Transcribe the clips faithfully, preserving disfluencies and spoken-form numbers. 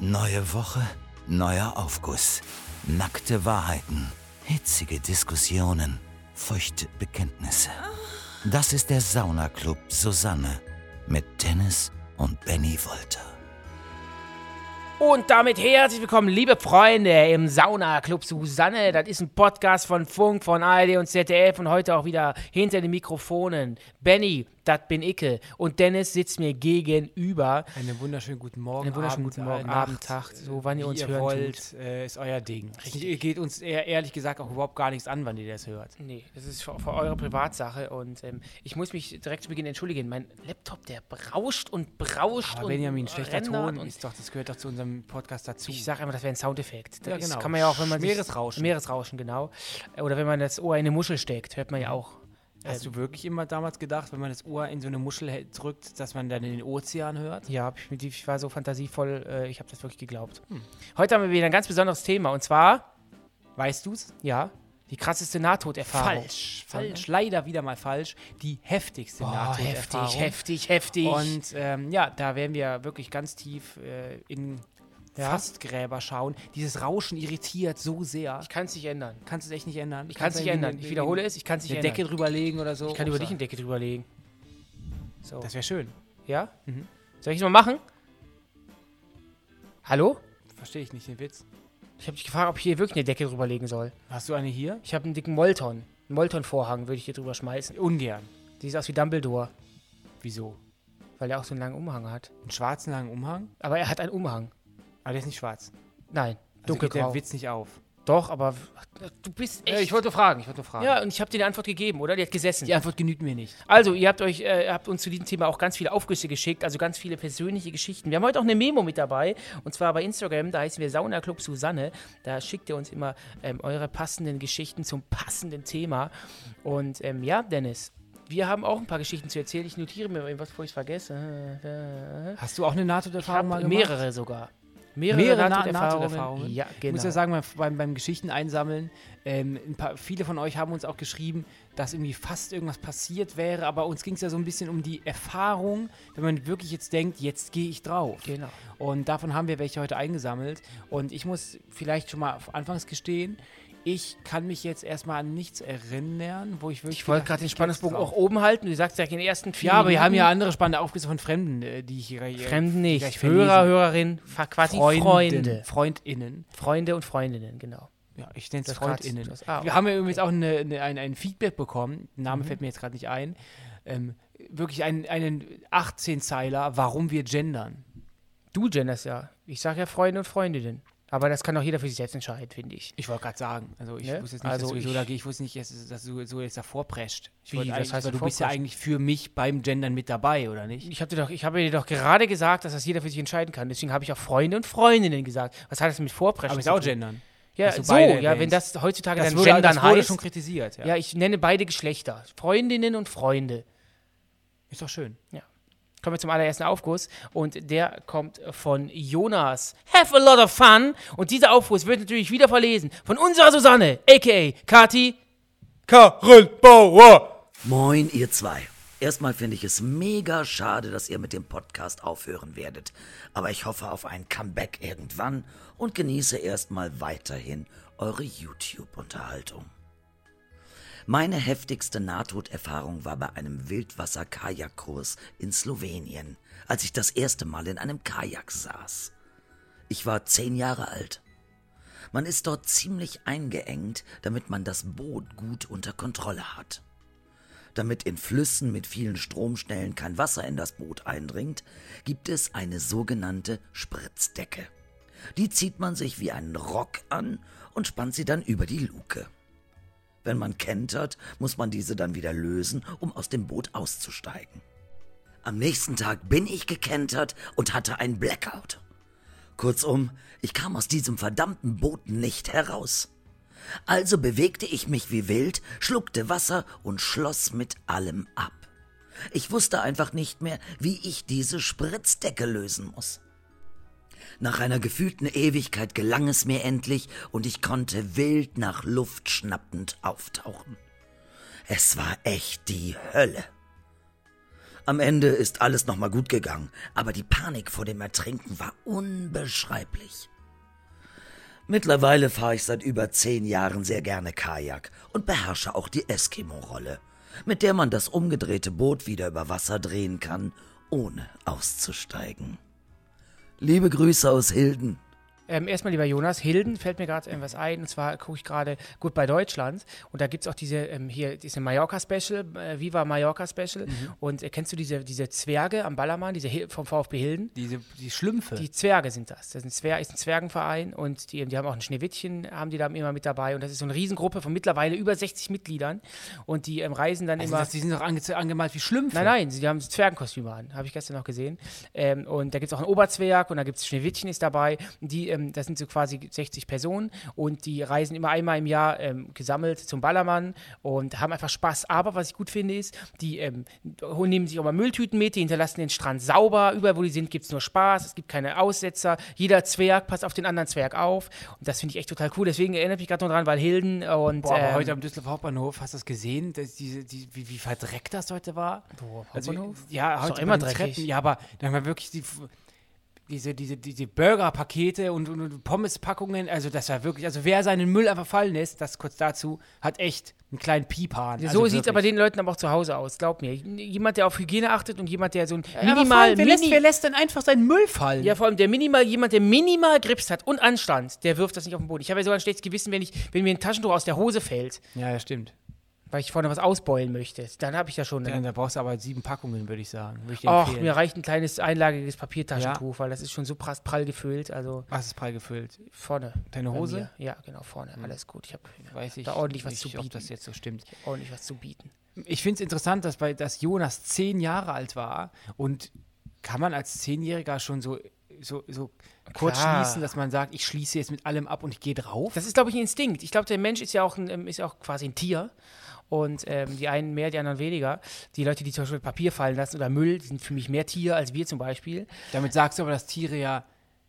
Neue Woche, neuer Aufguss. Nackte Wahrheiten, hitzige Diskussionen, feuchte Bekenntnisse. Das ist der Saunaclub Susanne mit Dennis und Benny Wolter. Und damit herzlich willkommen, liebe Freunde, im Saunaclub Susanne. Das ist ein Podcast von Funk, von A R D und Z D F und heute auch wieder hinter den Mikrofonen. Benny, das bin ich. Und Dennis sitzt mir gegenüber. Einen wunderschönen guten Morgen, Einen wunderschönen Abend, guten Morgen, Nacht, Abend, Tag, so wann ihr uns ihr hören wollt, äh, ist euer Ding. Richtig. Ihr geht uns eher, ehrlich gesagt auch überhaupt gar nichts an, wann ihr das hört. Nee, das ist für, für eure Privatsache und ähm, ich muss mich direkt zu Beginn entschuldigen. Mein Laptop, der brauscht und brauscht Aber und Benjamin, schlechter rendert Ton und ist doch, das gehört doch zu unserem Podcast dazu. ich sage immer, das wäre ein Soundeffekt. Das Ja, ist, genau. kann man ja auch, wenn man sich- Meeresrauschen. Meeresrauschen, genau. Oder wenn man das Ohr in eine Muschel steckt, hört man ja auch. Hast du wirklich immer damals gedacht, wenn man das Ohr in so eine Muschel hä- drückt, dass man dann in den Ozean hört? Ja, hab ich, ich war so fantasievoll, äh, ich habe das wirklich geglaubt. Hm. Heute haben wir wieder ein ganz besonderes Thema und zwar, Weißt du's? ja, die krasseste Nahtoderfahrung. Falsch, falsch, leider wieder mal falsch. Die heftigste Oh, Nahtoderfahrung. heftig, heftig, heftig. Und ähm, ja, da werden wir wirklich ganz tief äh, in Ja. Fastgräber schauen. Dieses Rauschen irritiert so sehr. ich kann es nicht ändern. Kannst du es echt nicht ändern? Ich kann es nicht ändern. Ich wiederhole es, ich kann es nicht Eine ändern. Decke drüberlegen oder so. Ich kann über Upsa. dich eine Decke drüber legen. So. Das wäre schön. Ja? Mhm. Soll ich es mal machen? Hallo? Verstehe ich nicht den Witz. Ich habe dich gefragt, ob ich hier wirklich eine Decke drüber legen soll. Hast du eine hier? Ich habe einen dicken Molton. Einen Molton-Vorhang würde ich hier drüber schmeißen. Ungern. Die sieht aus wie Dumbledore, Wieso? weil er auch so einen langen Umhang hat. Einen schwarzen langen Umhang? Aber er hat einen Umhang. Aber der ist nicht schwarz. Nein, Also geht dunkelgrau. der Witz nicht auf. Doch, aber du bist echt... Äh, ich wollte nur fragen, ich wollte nur fragen. ja, und ich habe dir die Antwort gegeben, oder? Die hat gesessen. Die Antwort genügt mir nicht. Also, ihr habt euch, äh, habt uns zu diesem Thema auch ganz viele Aufgüsse geschickt, also ganz viele persönliche Geschichten. Wir haben heute auch eine Memo mit dabei, und zwar bei Instagram, da heißen wir Saunaclub Susanne. Da schickt ihr uns immer ähm, eure passenden Geschichten zum passenden Thema. Und ähm, ja, Dennis, wir haben auch ein paar Geschichten zu erzählen. Ich notiere mir irgendwas, bevor ich es vergesse. Hast du auch eine Ich Nahtoderfahrung mal habe gemacht? mehrere sogar. Mehrere, Mehrere Na- Nahtoderfahrungen. Nahtoderfahrungen? Ja, Ich genau. muss ja sagen, beim, beim, beim Geschichten einsammeln, ähm, ein paar, viele von euch haben uns auch geschrieben, dass irgendwie fast irgendwas passiert wäre, aber uns ging es ja so ein bisschen um die Erfahrung, wenn man wirklich jetzt denkt, jetzt gehe ich drauf. Genau. Und davon haben wir welche heute eingesammelt. Und ich muss vielleicht schon mal anfangs gestehen, ich kann mich jetzt erstmal an nichts erinnern, wo ich wirklich. Ich wollte gedacht, gerade den ich geh Spannungsbogen jetzt auch drauf. oben halten. Du sagst ja in den ersten vier Ja, aber wir haben ja Minuten. andere spannende Aufgüsse von Fremden, äh, die ich hier. hier- Fremden die nicht. gleich Hörer, verlesen. Hörerinnen, fa- quasi Freunden, Freunde. FreundInnen. Freunde und Freundinnen, genau. Ja, ich nenne es Das grad- FreundInnen. das- ah, Wir haben ja übrigens auch eine, eine, ein, ein Feedback bekommen, der Name Mhm. fällt mir jetzt gerade nicht ein, ähm, wirklich einen, einen achtzehn-Zeiler, warum wir gendern. Du genderst ja. Ich sage ja Freunde und Freundinnen. Aber das kann auch jeder für sich selbst entscheiden, finde ich. Ich wollte gerade sagen, also ich Ne? wusste jetzt nicht, Also dass du ich- so da, ich wusste nicht, dass, dass du so jetzt davor prescht. Ich Wie, wollte was eigentlich, heißt weil du bist ja vorpreschen? eigentlich für mich beim Gendern mit dabei, oder nicht? Ich habe dir, doch- ich habe dir doch gerade gesagt, dass das jeder für sich entscheiden kann. Deswegen habe ich auch Freunde und Freundinnen gesagt. Was hat das mit Vorpreschen Aber ist zu auch tun? gendern. Ja, dass du so, beide ja, wenn erwähnst. das heutzutage Das dann wurde, Gendern das wurde heißt. schon kritisiert, ja. Ja, ich nenne beide Geschlechter. Freundinnen und Freunde. Ist doch schön. Kommen wir zum allerersten Aufguss und der kommt von Jonas. Have a lot of fun. Und dieser Aufguss wird natürlich wieder verlesen von unserer Susanne, a k a. Kati Karel Bauer. Moin, ihr zwei. Erstmal finde ich es mega schade, dass ihr mit dem Podcast aufhören werdet. Aber ich hoffe auf ein Comeback irgendwann und genieße erstmal weiterhin eure YouTube-Unterhaltung. Meine heftigste Nahtoderfahrung war bei einem Wildwasser-Kajakkurs in Slowenien, als ich das erste Mal in einem Kajak saß. Ich war zehn Jahre alt. Man ist dort ziemlich eingeengt, damit man das Boot gut unter Kontrolle hat. Damit in Flüssen mit vielen Stromschnellen kein Wasser in das Boot eindringt, gibt es eine sogenannte Spritzdecke. Die zieht man sich wie einen Rock an und spannt sie dann über die Luke. Wenn man kentert, muss man diese dann wieder lösen, um aus dem Boot auszusteigen. Am nächsten Tag bin ich gekentert und hatte einen Blackout. Kurzum, ich kam aus diesem verdammten Boot nicht heraus. Also bewegte ich mich wie wild, schluckte Wasser und schloss mit allem ab. Ich wusste einfach nicht mehr, wie ich diese Spritzdecke lösen muss. Nach einer gefühlten Ewigkeit gelang es mir endlich und ich konnte wild nach Luft schnappend auftauchen. Es war echt die Hölle. Am Ende ist alles nochmal gut gegangen, aber die Panik vor dem Ertrinken war unbeschreiblich. Mittlerweile fahre ich seit über zehn Jahren sehr gerne Kajak und beherrsche auch die Eskimo-Rolle, mit der man das umgedrehte Boot wieder über Wasser drehen kann, ohne auszusteigen. Liebe Grüße aus Hilden. Ähm, erstmal, lieber Jonas, Hilden fällt mir gerade etwas ein. Und zwar gucke ich gerade gut bei Deutschland. Und da gibt es auch diese, ähm, hier, diese Mallorca-Special, äh, Viva Mallorca-Special. Mhm. Und äh, kennst du diese, diese Zwerge am Ballermann, diese Hil- vom VfB Hilden? Diese die Schlümpfe. Die Zwerge sind das. Das ist ein, Zwer- ist ein Zwergenverein. Und die, die haben auch ein Schneewittchen, haben die da immer mit dabei. Und das ist so eine Riesengruppe von mittlerweile über sechzig Mitgliedern. Und die ähm, reisen dann also immer... das, die sind doch ange- angemalt wie Schlümpfe. Nein, nein, sie haben Zwergenkostüme an, habe ich gestern noch gesehen. Ähm, und da gibt es auch einen Oberzwerg und da gibt es Schneewittchen ist dabei. Die, ähm, das sind so quasi sechzig Personen und die reisen immer einmal im Jahr ähm, gesammelt zum Ballermann und haben einfach Spaß. Aber was ich gut finde ist, die ähm, nehmen sich auch mal Mülltüten mit, die hinterlassen den Strand sauber. Überall, wo die sind, gibt es nur Spaß, es gibt keine Aussetzer. Jeder Zwerg passt auf den anderen Zwerg auf und das finde ich echt total cool. Deswegen erinnere ich mich gerade noch dran, weil Hilden und... Boah, aber ähm, heute am Düsseldorfer Hauptbahnhof, hast du das gesehen, dass diese, die, wie, wie verdreckt das heute war? Boah, Also, Hauptbahnhof? ja, Ist heute doch immer bei den dreckig. Treppen, ja, aber dann war wirklich die, diese, diese, diese Burgerpakete und, und, und Pommespackungen, also das war wirklich, also wer seinen Müll einfach fallen lässt, das kurz dazu, hat echt einen kleinen Piephahn. Ja, also so sieht es wirklich. aber den Leuten aber auch zu Hause aus, glaub mir. Jemand, der auf Hygiene achtet und jemand, der so ein Ja, aber minimal... vor allem, wer, lässt, mini- wer lässt denn einfach seinen Müll fallen? Ja, vor allem der minimal, jemand, der minimal Grips hat und Anstand, der wirft das nicht auf den Boden. Ich habe ja sogar ein schlechtes Gewissen, wenn, ich, wenn mir ein Taschentuch aus der Hose fällt, ja, ja, stimmt. weil ich vorne was ausbeulen möchte. Dann habe ich ja schon... Ja, da brauchst du aber sieben Packungen, würde ich sagen. Würde ich dir Ach, empfehlen. mir reicht ein kleines einlagiges Papiertaschentuch, weil das ist schon so prass, prall gefüllt. Also Was ist prall gefüllt? vorne. Deine bei Hose? mir. Ja, genau, vorne. Alles gut. Ich habe Weiß ich da ordentlich was nicht, zu ob bieten. das jetzt so stimmt. ordentlich was zu bieten. Ich finde es interessant, dass, bei, dass Jonas zehn Jahre alt war und kann man als Zehnjähriger schon so, so, so kurz Klar. schließen, dass man sagt, ich schließe jetzt mit allem ab und ich gehe drauf? Das ist, glaube ich, ein Instinkt. Ich glaube, der Mensch ist ja auch, ein, ähm, ist ja auch quasi ein Tier. Und ähm, die einen mehr, die anderen weniger. Die Leute, die zum Beispiel Papier fallen lassen oder Müll, die sind für mich mehr Tier als wir zum Beispiel. Damit sagst du aber, dass Tiere ja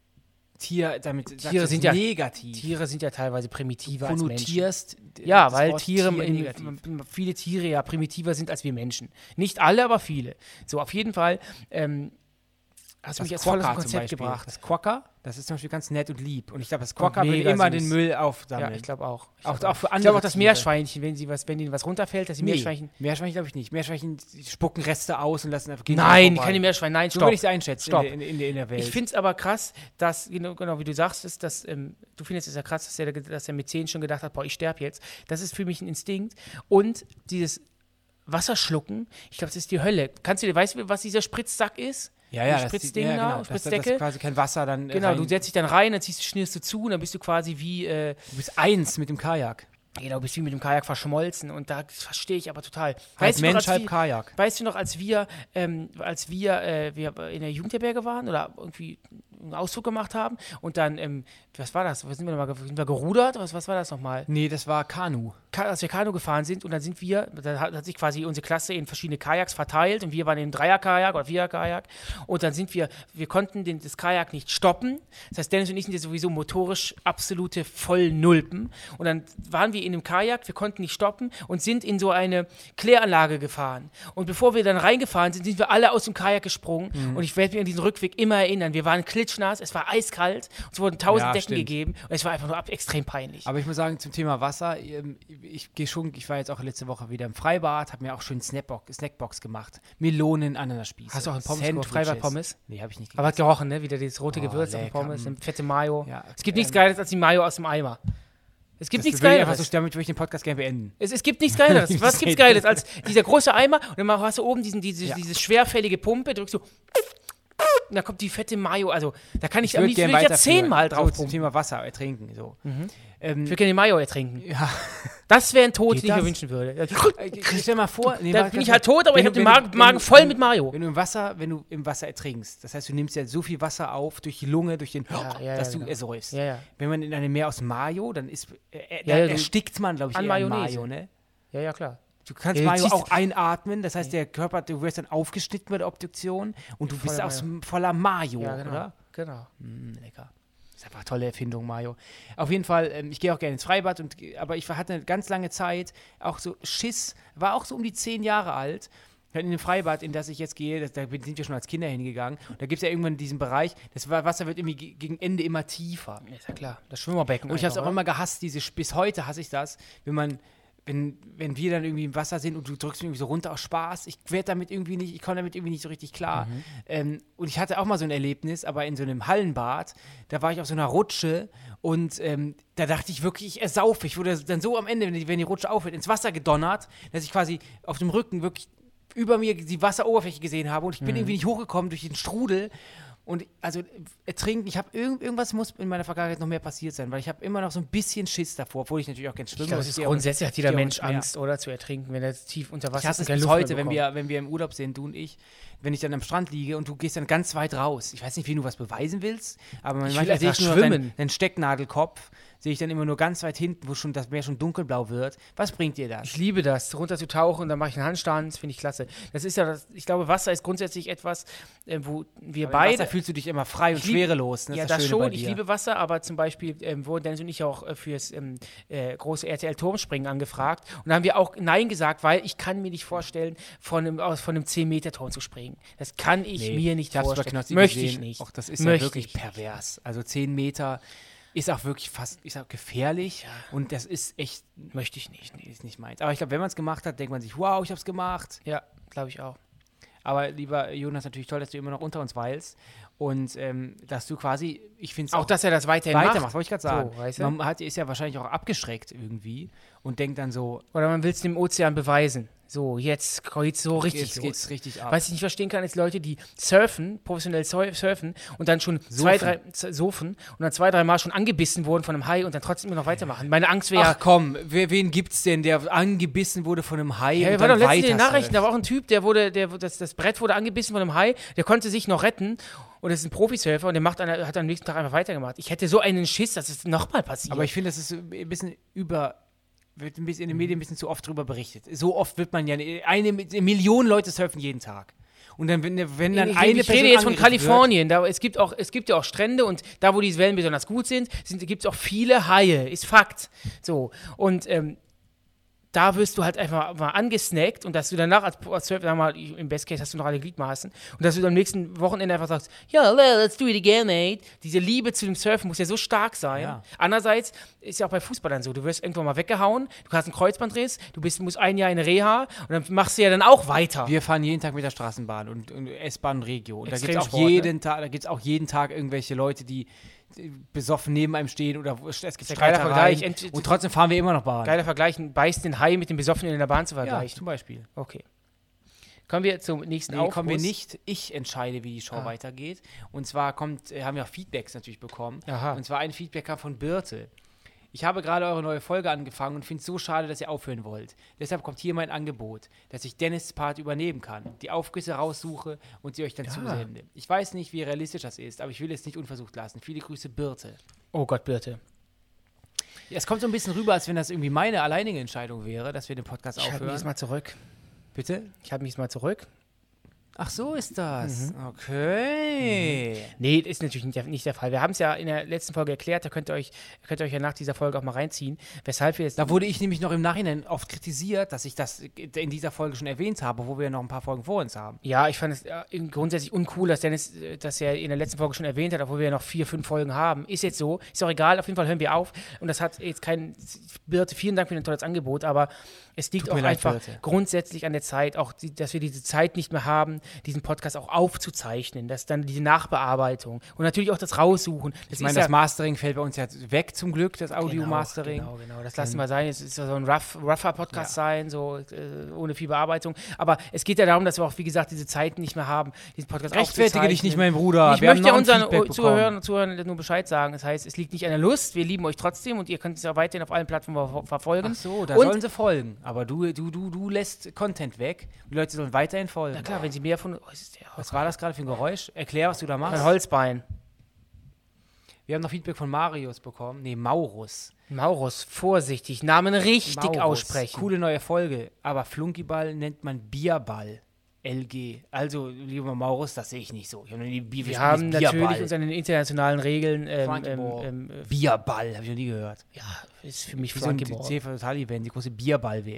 Tier, damit sagst Tiere du, sind das ja- negativ. Tiere sind ja teilweise primitiver als Menschen. Konnotierst Ja, das weil Wort Tiere, Tier in, negativ. m- viele Tiere ja primitiver sind als wir Menschen. Nicht alle, aber viele. So, auf jeden Fall ähm, hast du Das mich jetzt voll aus dem Quokka zum Konzept Beispiel. gebracht. Das Quokka, das ist zum Beispiel ganz nett und lieb. Und ich glaube, das Und Quokka will mega immer süß. den Müll Ja, aufsammeln. ich glaube auch. Ich Auch- glaub auch für Ich andere glaube auch das Tiere. Meerschweinchen, wenn, sie was, wenn ihnen was runterfällt, dass die Nee, Meerschweinchen... Meerschweinchen glaube ich nicht. Meerschweinchen spucken Reste aus und lassen einfach gehen Nein, vorbei. keine Meerschweine, nein, So stopp. würde ich es einschätzen Stopp. in, der- in, der- in der Welt. Ich finde es aber krass, dass, genau, genau wie du sagst, ist, dass, ähm, du findest es ja krass, dass er, dass er mit zehn schon gedacht hat, boah, ich sterbe jetzt. Das ist für mich ein Instinkt. Und dieses Wasser schlucken, ich glaube, das ist die Hölle. Kannst du dir, weißt du, was dieser Spritzsack ist? ja, ja, die das, Spritzding ja, da, genau. Das, das, das Spritzdecke? quasi kein Wasser dann äh, Genau, rein. du setzt dich dann rein, dann ziehst du, schnürst du zu und dann bist du quasi wie, äh, Du bist eins mit dem Kajak. genau, bist wie mit dem Kajak verschmolzen. Und da das verstehe ich aber total. Halb du noch, Mensch, als halb wir- Kajak. Weißt du noch, als wir, ähm, als wir, äh, wir in der Jugendherberge waren oder irgendwie einen Ausflug gemacht haben und dann, ähm, was war das? Wo sind wir nochmal, ge- sind wir gerudert? Was, was war das nochmal? Nee, das war Kanu. Ka- Als wir Kanu gefahren sind und dann sind wir, da hat, hat sich quasi unsere Klasse in verschiedene Kajaks verteilt und wir waren im Dreier-Kajak oder Vierer-Kajak und dann sind wir, wir konnten den, das Kajak nicht stoppen. Das heißt, Dennis und ich sind ja sowieso motorisch absolute Vollnulpen und dann waren wir in einem Kajak, wir konnten nicht stoppen und sind in so eine Kläranlage gefahren. Und bevor wir dann reingefahren sind, sind wir alle aus dem Kajak gesprungen und ich werde mich an diesen Rückweg immer erinnern. Wir waren klitschnass, es war eiskalt, uns wurden tausend Ja, Decken stimmt. gegeben und es war einfach nur ab, extrem peinlich. Aber ich muss sagen, zum Thema Wasser, ähm, ich gehe schon, ich war jetzt auch letzte Woche wieder im Freibad, habe mir auch schön Snackbox, Snackbox gemacht. Melonen, Ananasspieße. Hast du auch einen Pommes Sandwiches. gemacht, Freibad-Pommes? Nee, habe ich nicht Aber hat gegessen. gerochen, ne? Wieder dieses rote Oh, Gewürz auf dem lecker. Pommes, eine fette Mayo. Ja, es gibt ähm, nichts Geiles als die Mayo aus dem Eimer. Es gibt Das nichts will ich Geileres. einfach so, damit würde ich den Podcast gerne beenden. es, es gibt nichts Geileres. Was gibt's Safe. Geiles als dieser große Eimer und dann hast du oben diesen, diese, Ja. diese schwerfällige Pumpe, drückst du und da kommt die fette Mayo. Also da kann ich, Ich am würde liebsten gerne will ich ja weiterführen. zehnmal drauf so, zum pumpen. Thema Wasser ertrinken. So. Ähm, Ich will gerne die Mayo ertrinken. ja. Das wäre ein Tod, Geht den ich mir das? wünschen würde. Äh, Stell dir mal vor, nee, Da warte, bin ich ganz halt tot, aber ich wenn habe du- den wenn du- Magen, wenn Magen du- voll mit Mayo. Wenn du im Wasser, wenn du im Wasser ertrinkst, das heißt, du nimmst ja so viel Wasser auf durch die Lunge, durch den, Ja, ja, dass ja, du genau. ersäufst. Ja, ja. Wenn man in einem Meer aus Mayo, dann ist, äh, äh, Ja, da ja, du- erstickt man, glaube ich, an eher an Mayonnaise. Mayo, ne? Ja, ja, klar. Du kannst Ja, du Mayo ziehst- auch einatmen, das heißt, der Körper, du wirst dann aufgeschnitten bei der Obduktion und du bist Voller aus, Mayo. voller Mayo, Ja, genau. oder? Genau. Mm, lecker. Das ist einfach eine tolle Erfindung, Mayo. Auf jeden Fall, ähm, ich gehe auch gerne ins Freibad, und, aber ich hatte eine ganz lange Zeit auch so Schiss, war auch so um die zehn Jahre alt, In dem Freibad, in das ich jetzt gehe, das, da sind wir schon als Kinder hingegangen. Und da gibt es ja irgendwann diesen Bereich, das Wasser wird irgendwie ge- gegen Ende immer tiefer. Ja, ist ja klar. Das Schwimmerbecken. Und ich habe es einfach, auch immer gehasst, diese, bis heute hasse ich das, wenn man, wenn, wenn wir dann irgendwie im Wasser sind und du drückst mich irgendwie so runter aus Spaß, ich werde damit irgendwie nicht, ich komme damit irgendwie nicht so richtig klar. Mhm. Ähm, und ich hatte auch mal so ein Erlebnis, aber in so einem Hallenbad, da war ich auf so einer Rutsche und ähm, da dachte ich wirklich, ich ersaufe. Ich wurde dann so am Ende, wenn die, wenn die Rutsche aufhört, ins Wasser gedonnert, dass ich quasi auf dem Rücken wirklich über mir die Wasseroberfläche gesehen habe und ich bin mhm. irgendwie nicht hochgekommen durch den Strudel. Und also ertrinken, ich habe irgend, irgendwas muss in meiner Vergangenheit noch mehr passiert sein, weil ich habe immer noch so ein bisschen Schiss davor, obwohl ich natürlich auch gerne schwimme. Ich glaube, das ist grundsätzlich hat jeder Mensch Angst, oder, zu ertrinken, wenn er tief unter Wasser ist. Ich hasse es bis heute, wenn wir, wenn wir im Urlaub sind, du und ich, wenn ich dann am Strand liege und du gehst dann ganz weit raus. Ich weiß nicht, wie du was beweisen willst, aber manchmal sehe ich nur deinen dein Stecknadelkopf, sehe ich dann immer nur ganz weit hinten, wo schon das Meer schon dunkelblau wird. Was bringt dir das? Ich liebe das, runter zu tauchen, dann mache ich einen Handstand, finde ich klasse. Das ist ja, das, ich glaube, Wasser ist grundsätzlich etwas, äh, wo wir aber beide... Im Wasser fühlst du dich immer frei und lieb, schwerelos. Ne? Ja, das, das schon. Ich liebe Wasser, aber zum Beispiel ähm, wurden Dennis und ich auch äh, fürs ähm, äh, große R T L-Turmspringen angefragt. Und da haben wir auch Nein gesagt, weil ich kann mir nicht vorstellen, von einem, aus, von einem zehn-Meter-Turm zu springen. Das kann ich nee, mir nicht ich vorstellen. Möchte gesehen. ich nicht. Och, das ist Möchte ja wirklich pervers. Also zehn Meter... Ist auch wirklich fast, ist auch gefährlich, ja. Und das ist echt, möchte ich nicht, nee, ist nicht meins. Aber ich glaube, wenn man es gemacht hat, denkt man sich, wow, ich hab's gemacht. Ja, glaube ich auch. Aber lieber Jonas, natürlich toll, dass du immer noch unter uns weilst und ähm, dass du quasi, ich finde es auch, auch, dass er das weiterhin weitermacht, macht. wollte ich gerade sagen. So, weißt du? Man hat, ist ja wahrscheinlich auch abgeschreckt irgendwie und denkt dann so. Oder man will es dem Ozean beweisen. So, jetzt geht's so richtig Jetzt geht's richtig ab. Was ich nicht verstehen kann, ist Leute, die surfen, professionell surfen und dann schon sofen. zwei, drei, sofen und dann zwei, drei Mal schon angebissen wurden von einem Hai und dann trotzdem immer noch weitermachen. Meine Angst wäre... Ach komm, wer, wen gibt's denn, der angebissen wurde von einem Hai ja, und war dann doch letztens in den Nachrichten, surft. da war auch ein Typ, der wurde, der, das, das Brett wurde angebissen von einem Hai, der konnte sich noch retten und das ist ein Profisurfer und der macht eine, hat am nächsten Tag einfach weitergemacht. Ich hätte so einen Schiss, dass es nochmal passiert. Aber ich finde, das ist ein bisschen über... wird ein bisschen in den Medien ein bisschen zu oft drüber berichtet. So oft wird man ja, eine, eine Million Leute surfen jeden Tag. Und dann, wenn, wenn dann ich, eine ich Person rede jetzt von Kalifornien, wird, da, es, gibt auch, es gibt ja auch Strände und da, wo die Wellen besonders gut sind, sind gibt es auch viele Haie, ist Fakt. So, und ähm, da wirst du halt einfach mal angesnackt und dass du danach als, als Surfer, sag mal, im Best Case hast du noch alle Gliedmaßen und dass du am nächsten Wochenende einfach sagst, ja, let's do it again, mate. Diese Liebe zu dem Surfen muss ja so stark sein. Ja. Andererseits ist ja auch bei Fußballern so, du wirst irgendwann mal weggehauen, du hast einen Kreuzbandriss, du bist, musst ein Jahr in Reha und dann machst du ja dann auch weiter. Wir fahren jeden Tag mit der Straßenbahn und, und S-Bahn und Regio. Und da gibt es auch, ne? auch jeden Tag irgendwelche Leute, die besoffen neben einem stehen oder es gibt ja geiler Vergleich. Und trotzdem fahren wir immer noch Bahn. Geiler Vergleich, beißt den Hai mit dem Besoffenen in der Bahn zu vergleichen. Ja, zum Beispiel. Okay. Kommen wir zum nächsten nee, Aufruf. kommen wir nicht. Ich entscheide, wie die Show ah. weitergeht. Und zwar kommt, haben wir auch Feedbacks natürlich bekommen. Aha. Und zwar ein Feedback kam von Birte. Ich habe gerade eure neue Folge angefangen und finde es so schade, dass ihr aufhören wollt. Deshalb kommt hier mein Angebot, dass ich Dennis' Part übernehmen kann, die Aufgüsse raussuche und sie euch dann ja. zusende. Ich weiß nicht, wie realistisch das ist, aber ich will es nicht unversucht lassen. Viele Grüße, Birte. Oh Gott, Birte. Ja, es kommt so ein bisschen rüber, als wenn das irgendwie meine alleinige Entscheidung wäre, dass wir den Podcast ich aufhören. Ich halte mich jetzt mal zurück. Bitte? Ich halte mich jetzt mal zurück. Ach, so ist das. Mhm. Okay. Mhm. Nee, ist natürlich nicht der, nicht der Fall. Wir haben es ja in der letzten Folge erklärt, da könnt ihr, euch, könnt ihr euch ja nach dieser Folge auch mal reinziehen, weshalb wir jetzt... Da wurde ich nämlich noch im Nachhinein oft kritisiert, dass ich das in dieser Folge schon erwähnt habe, wo wir noch ein paar Folgen vor uns haben. Ja, ich fand es äh, grundsätzlich uncool, dass Dennis das ja in der letzten Folge schon erwähnt hat, obwohl wir ja noch vier, fünf Folgen haben. Ist jetzt so, ist auch egal, auf jeden Fall hören wir auf. Und das hat jetzt kein... Birte, vielen Dank für ein tolles Angebot, aber es liegt Tut auch mir leid, einfach Birte. grundsätzlich an der Zeit, auch die, dass wir diese Zeit nicht mehr haben, diesen Podcast auch aufzuzeichnen, dass dann diese Nachbearbeitung und natürlich auch das Raussuchen. Das ich meine, ist das ja, Mastering fällt bei uns ja weg zum Glück, das Audio-Mastering. Genau, genau, genau. Das lassen wir sein. Es soll so ein rough, rougher Podcast ja. sein, so äh, ohne viel Bearbeitung. Aber es geht ja darum, dass wir auch, wie gesagt, diese Zeiten nicht mehr haben, diesen Podcast Rechtfertige dich nicht, mein Bruder. Ich wir möchte ja unseren Zuhörern und Zuhörern nur Bescheid sagen. Das heißt, es liegt nicht an der Lust, wir lieben euch trotzdem und ihr könnt es ja weiterhin auf allen Plattformen verfolgen. Ach so, da und sollen sie folgen. Aber du, du, du, du lässt Content weg. Die Leute sollen weiterhin folgen. Na klar, wenn sie mehr von... Oh, ist der was war das gerade für ein Geräusch? Erklär, was du da machst. Ein Holzbein. Wir haben noch Feedback von Marius bekommen. Nee, Maurus. Maurus, vorsichtig. Namen richtig Maurus. Aussprechen. Coole neue Folge. Aber Flunkyball nennt man Bierball. L G. Also, lieber Maurus, das sehe ich nicht so. Ich habe noch nie Bier, wir haben natürlich unsere internationalen Regeln. Ähm, ähm, ähm, Bierball, habe ich noch nie gehört. Ja, ist für mich Flunkyball. So ein C V-Event, die große Bierball-W M.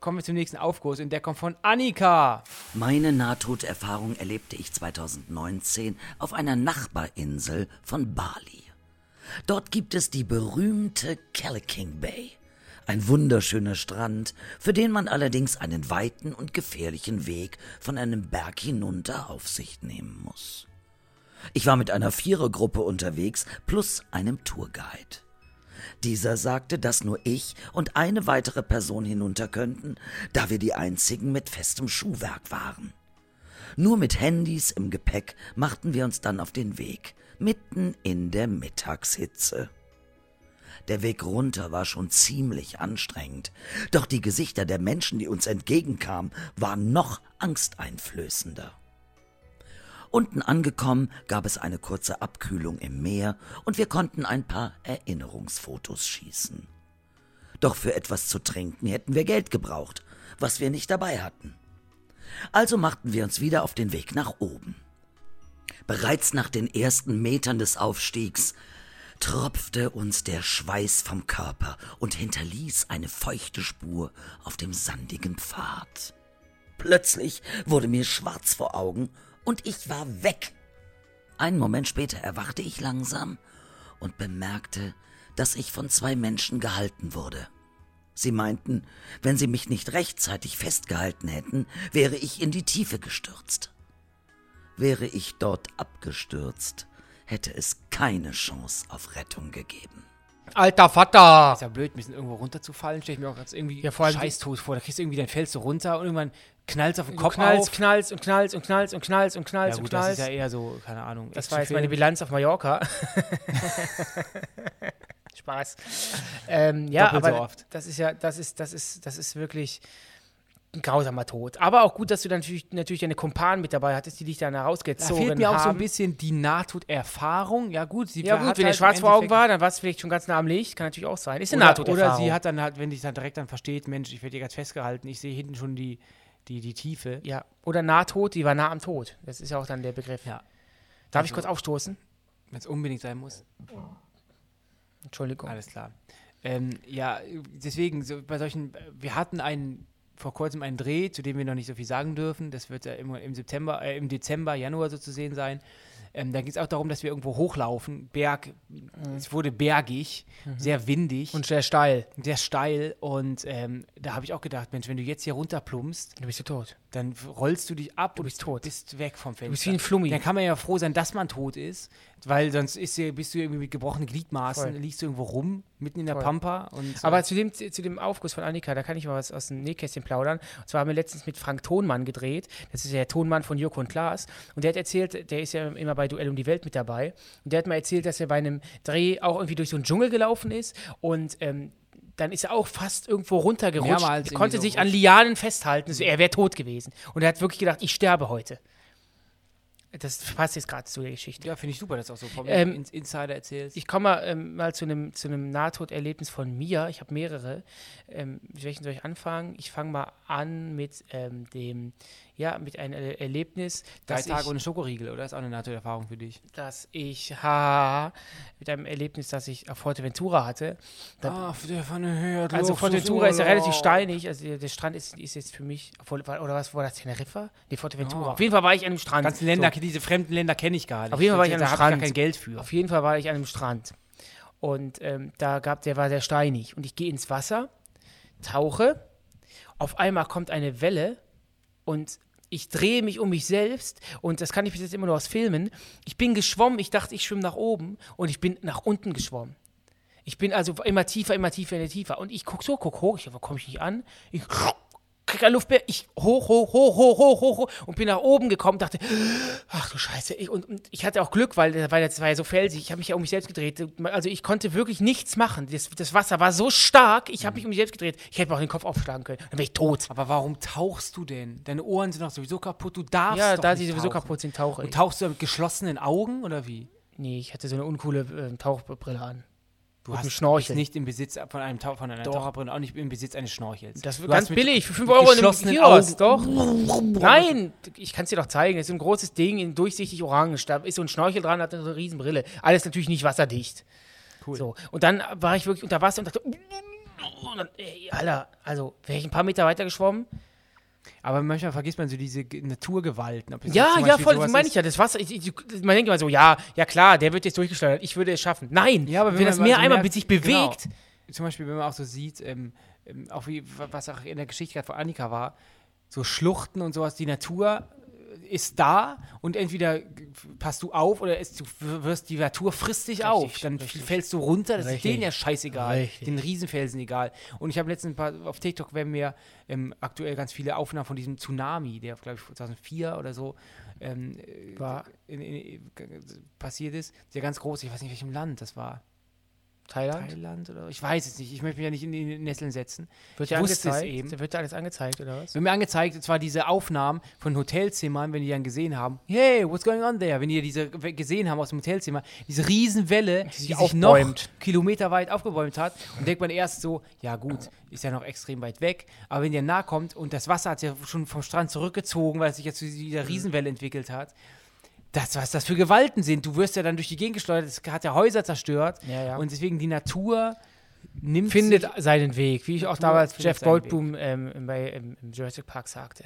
kommen wir zum nächsten Aufguss und der kommt von Annika. Meine Nahtoderfahrung erlebte ich zweitausendneunzehn auf einer Nachbarinsel von Bali. Dort gibt es die berühmte Kellyking Bay. Ein wunderschöner Strand, für den man allerdings einen weiten und gefährlichen Weg von einem Berg hinunter auf sich nehmen muss. Ich war mit einer Vierergruppe unterwegs plus einem Tourguide. Dieser sagte, dass nur ich und eine weitere Person hinunter könnten, da wir die einzigen mit festem Schuhwerk waren. Nur mit Handys im Gepäck machten wir uns dann auf den Weg, mitten in der Mittagshitze. Der Weg runter war schon ziemlich anstrengend, doch die Gesichter der Menschen, die uns entgegenkamen, waren noch angsteinflößender. Unten angekommen gab es eine kurze Abkühlung im Meer und wir konnten ein paar Erinnerungsfotos schießen. Doch für etwas zu trinken hätten wir Geld gebraucht, was wir nicht dabei hatten. Also machten wir uns wieder auf den Weg nach oben. Bereits nach den ersten Metern des Aufstiegs tropfte uns der Schweiß vom Körper und hinterließ eine feuchte Spur auf dem sandigen Pfad. Plötzlich wurde mir schwarz vor Augen und ich war weg. Einen Moment später erwachte ich langsam und bemerkte, dass ich von zwei Menschen gehalten wurde. Sie meinten, wenn sie mich nicht rechtzeitig festgehalten hätten, wäre ich in die Tiefe gestürzt. Wäre ich dort abgestürzt, hätte es keine Chance auf Rettung gegeben. Alter Vater! Ist ja blöd, ein bisschen irgendwo runterzufallen. Stell ich mir auch jetzt irgendwie Ja, vor allem scheißtot vor. Da kriegst du irgendwie, dann fällst du runter und irgendwann knallst auf den Du Kopf knallst, auf. knallst und knallst und knallst und knallst und knallst Ja und gut, das ist knallst. ja eher so, keine Ahnung. Das war jetzt meine Bilanz auf Mallorca. Spaß. Ähm, ja, Doppelt so aber oft. das ist ja, das ist, das ist, das ist wirklich ein grausamer Tod. Aber auch gut, dass du dann natürlich, natürlich deine Kumpanen mit dabei hattest, die dich dann Da herausgezogen fehlt mir auch haben. so ein bisschen die Nahtoderfahrung. Ja gut, sie Ja hat gut, wenn halt der schwarz im vor Augen Endeffekt- war, dann war es vielleicht schon ganz nah am Licht. Kann natürlich auch sein. Ist eine Oder, Nahtoderfahrung. oder sie hat dann halt, wenn dich dann direkt dann versteht, Mensch, ich werde hier ganz festgehalten, ich sehe hinten schon die, die, die Tiefe. Ja, oder Nahtod, die war nah am Tod. Das ist ja auch dann der Begriff. Ja. Darf ich Also- kurz aufstoßen? Wenn es unbedingt sein muss. Entschuldigung. Alles klar. Ähm, ja, deswegen, so bei solchen, wir hatten einen, vor kurzem einen Dreh, zu dem wir noch nicht so viel sagen dürfen. Das wird ja immer im September, äh, im Dezember, Januar so zu sehen sein. Ähm, da ging es auch darum, dass wir irgendwo hochlaufen. Berg, es wurde bergig, sehr windig Und sehr steil. sehr steil. Und ähm, da habe ich auch gedacht, Mensch, wenn du jetzt hier runterplumpst, Du bist ja tot. dann rollst du dich ab Du und bist tot. bist weg vom Fenster. Du bist wie ein Flummi. Dann kann man ja froh sein, dass man tot ist, weil sonst ist, ja- bist du irgendwie mit gebrochenen Gliedmaßen, Voll. liegst du irgendwo rum, mitten in der Voll. Pampa. Und, Aber zu dem, zu dem Aufguss von Annika, da kann ich mal was aus dem Nähkästchen plaudern. Und zwar haben wir letztens mit Frank Thonmann gedreht. Das ist ja der Tonmann von Joko und Klaas. Und der hat erzählt, der ist ja immer bei Duell um die Welt mit dabei. Und der hat mal erzählt, dass er bei einem Dreh auch irgendwie durch so einen Dschungel gelaufen ist. Und ähm, dann ist er auch fast irgendwo runtergerutscht. Mehrmals Er konnte irgendwie so sich an rutscht. Lianen festhalten. Also er wäre tot gewesen. Und er hat wirklich gedacht, ich sterbe heute. Das passt jetzt gerade zu der Geschichte. ja, finde ich super, dass du auch so vom Ähm, In- Insider erzählst. Ich komme mal, ähm, mal zu einem zu einem Nahtoderlebnis von mir. Ich habe mehrere. Ähm, mit welchen soll ich anfangen? Ich fange mal an mit ähm, dem, ja, mit einem Er- Erlebnis, Drei dass Tage ich, ohne Schokoriegel, oder? Ist auch eine Nahtoderfahrung für dich. dass ich, ha, mit einem Erlebnis, das ich auf Fuerteventura hatte. Da, Ah, der von der Höhe. also Fuerteventura ist ja relativ steinig. Also der, der Strand ist, ist jetzt für mich, obwohl- oder was war das, Teneriffa? Nee, Fuerteventura. Oh. Auf jeden Fall war ich an einem Strand. Ganzen Länder, So. diese fremden Länder kenne ich gar nicht. Auf jeden Fall war ich da an einem hab ich gar Strand. kein Geld für. Auf jeden Fall war ich an einem Strand. Und ähm, da gab, der war sehr steinig. Und ich gehe ins Wasser, tauche, auf einmal kommt eine Welle und ich drehe mich um mich selbst und das kann ich bis jetzt immer nur aus Filmen. Ich bin geschwommen, ich dachte, ich schwimme nach oben und ich bin nach unten geschwommen. Ich bin also immer tiefer, immer tiefer, immer tiefer. Und ich gucke so, guck hoch, ich komme ich nicht an. Ich krieg ein Luftbär, ich hoch, hoch, hoch, hoch, hoch, hoch, hoch und bin nach oben gekommen, dachte, ach du Scheiße. Ich, und, und ich hatte auch Glück, weil, weil das war ja so felsig. Ich habe mich ja um mich selbst gedreht. Also ich konnte wirklich nichts machen. Das, das Wasser war so stark, ich habe mich um mich selbst gedreht. Ich hätte mir auch den Kopf aufschlagen können. Dann wäre ich tot. Aber warum tauchst du denn? Deine Ohren sind doch sowieso kaputt. Du darfst Ja, doch da nicht sie sowieso tauchen. kaputt sind, tauche Und ich. tauchst du mit geschlossenen Augen oder wie? Nee, ich hatte so eine uncoole äh, Tauchbrille an. Du Mit hast einem Schnorchel. bist nicht im Besitz von, einem Tauch, von einer Doch. Taucherbrille, auch nicht im Besitz eines Schnorchels. Das wird Du ganz hast mit- billig, für fünf mit Euro in einem geschlossenen Kiosk, Augen. doch. Nein, ich kann es dir doch zeigen. Das ist so ein großes Ding, in durchsichtig orange. Da ist so ein Schnorchel dran, hat so eine riesen Brille. Alles natürlich nicht wasserdicht. Cool. So. Und dann war ich wirklich unter Wasser und dachte, Und dann, ey, Alter, also wäre ich ein paar Meter weiter geschwommen. Aber manchmal vergisst man so diese G- Naturgewalten. Ob das Ja, zum ja, Beispiel voll, sowas das meine ist. ich ja. Das Wasser, ich, ich, man denkt immer so, ja, ja klar, der wird jetzt durchgesteuert, ich würde es schaffen. Nein, Ja, aber wenn, wenn das man Meer so einmal merkt- mit sich bewegt. Genau. Zum Beispiel, wenn man auch so sieht, ähm, ähm, auch wie, was auch in der Geschichte gerade von Annika war, so Schluchten und sowas, die Natur äh, ist da und entweder g- passt du auf oder ist, du w- wirst, die Natur frisst dich auf. Dann richtig. fällst du runter, das Richtig. ist denen ja scheißegal. Richtig. Den Riesenfelsen egal. Und ich habe letztens ein paar, auf TikTok werden mir ähm, aktuell ganz viele Aufnahmen von diesem Tsunami, der, glaube ich, zweitausendvier oder so ähm, äh, War. in, in, in, passiert ist. Der ganz groß, ich weiß nicht, in welchem Land das war. Thailand? Thailand oder ich weiß es nicht. Ich möchte mich ja nicht in die Nesseln setzen. Wird Ich dir wusste es angezeigt? eben. Wird dir alles angezeigt, oder was? Wird mir angezeigt, und zwar diese Aufnahmen von Hotelzimmern, wenn die dann gesehen haben, hey, what's going on there? Wenn die diese w- gesehen haben aus dem Hotelzimmer, diese Riesenwelle, die, sich sich noch aufbäumt. kilometerweit aufgebäumt hat. Und denkt man erst so, ja gut, ist ja noch extrem weit weg. Aber wenn der nahe kommt und das Wasser hat sich ja schon vom Strand zurückgezogen, weil es sich jetzt zu dieser Riesenwelle entwickelt hat, das, was das für Gewalten sind. Du wirst ja dann durch die Gegend gesteuert, es hat ja Häuser zerstört. Ja, ja. Und deswegen die Natur nimmt Findet sich, seinen Weg, wie ich auch Natur damals findet Jeff seinen Goldblum ähm, bei, im, im Jurassic Park sagte.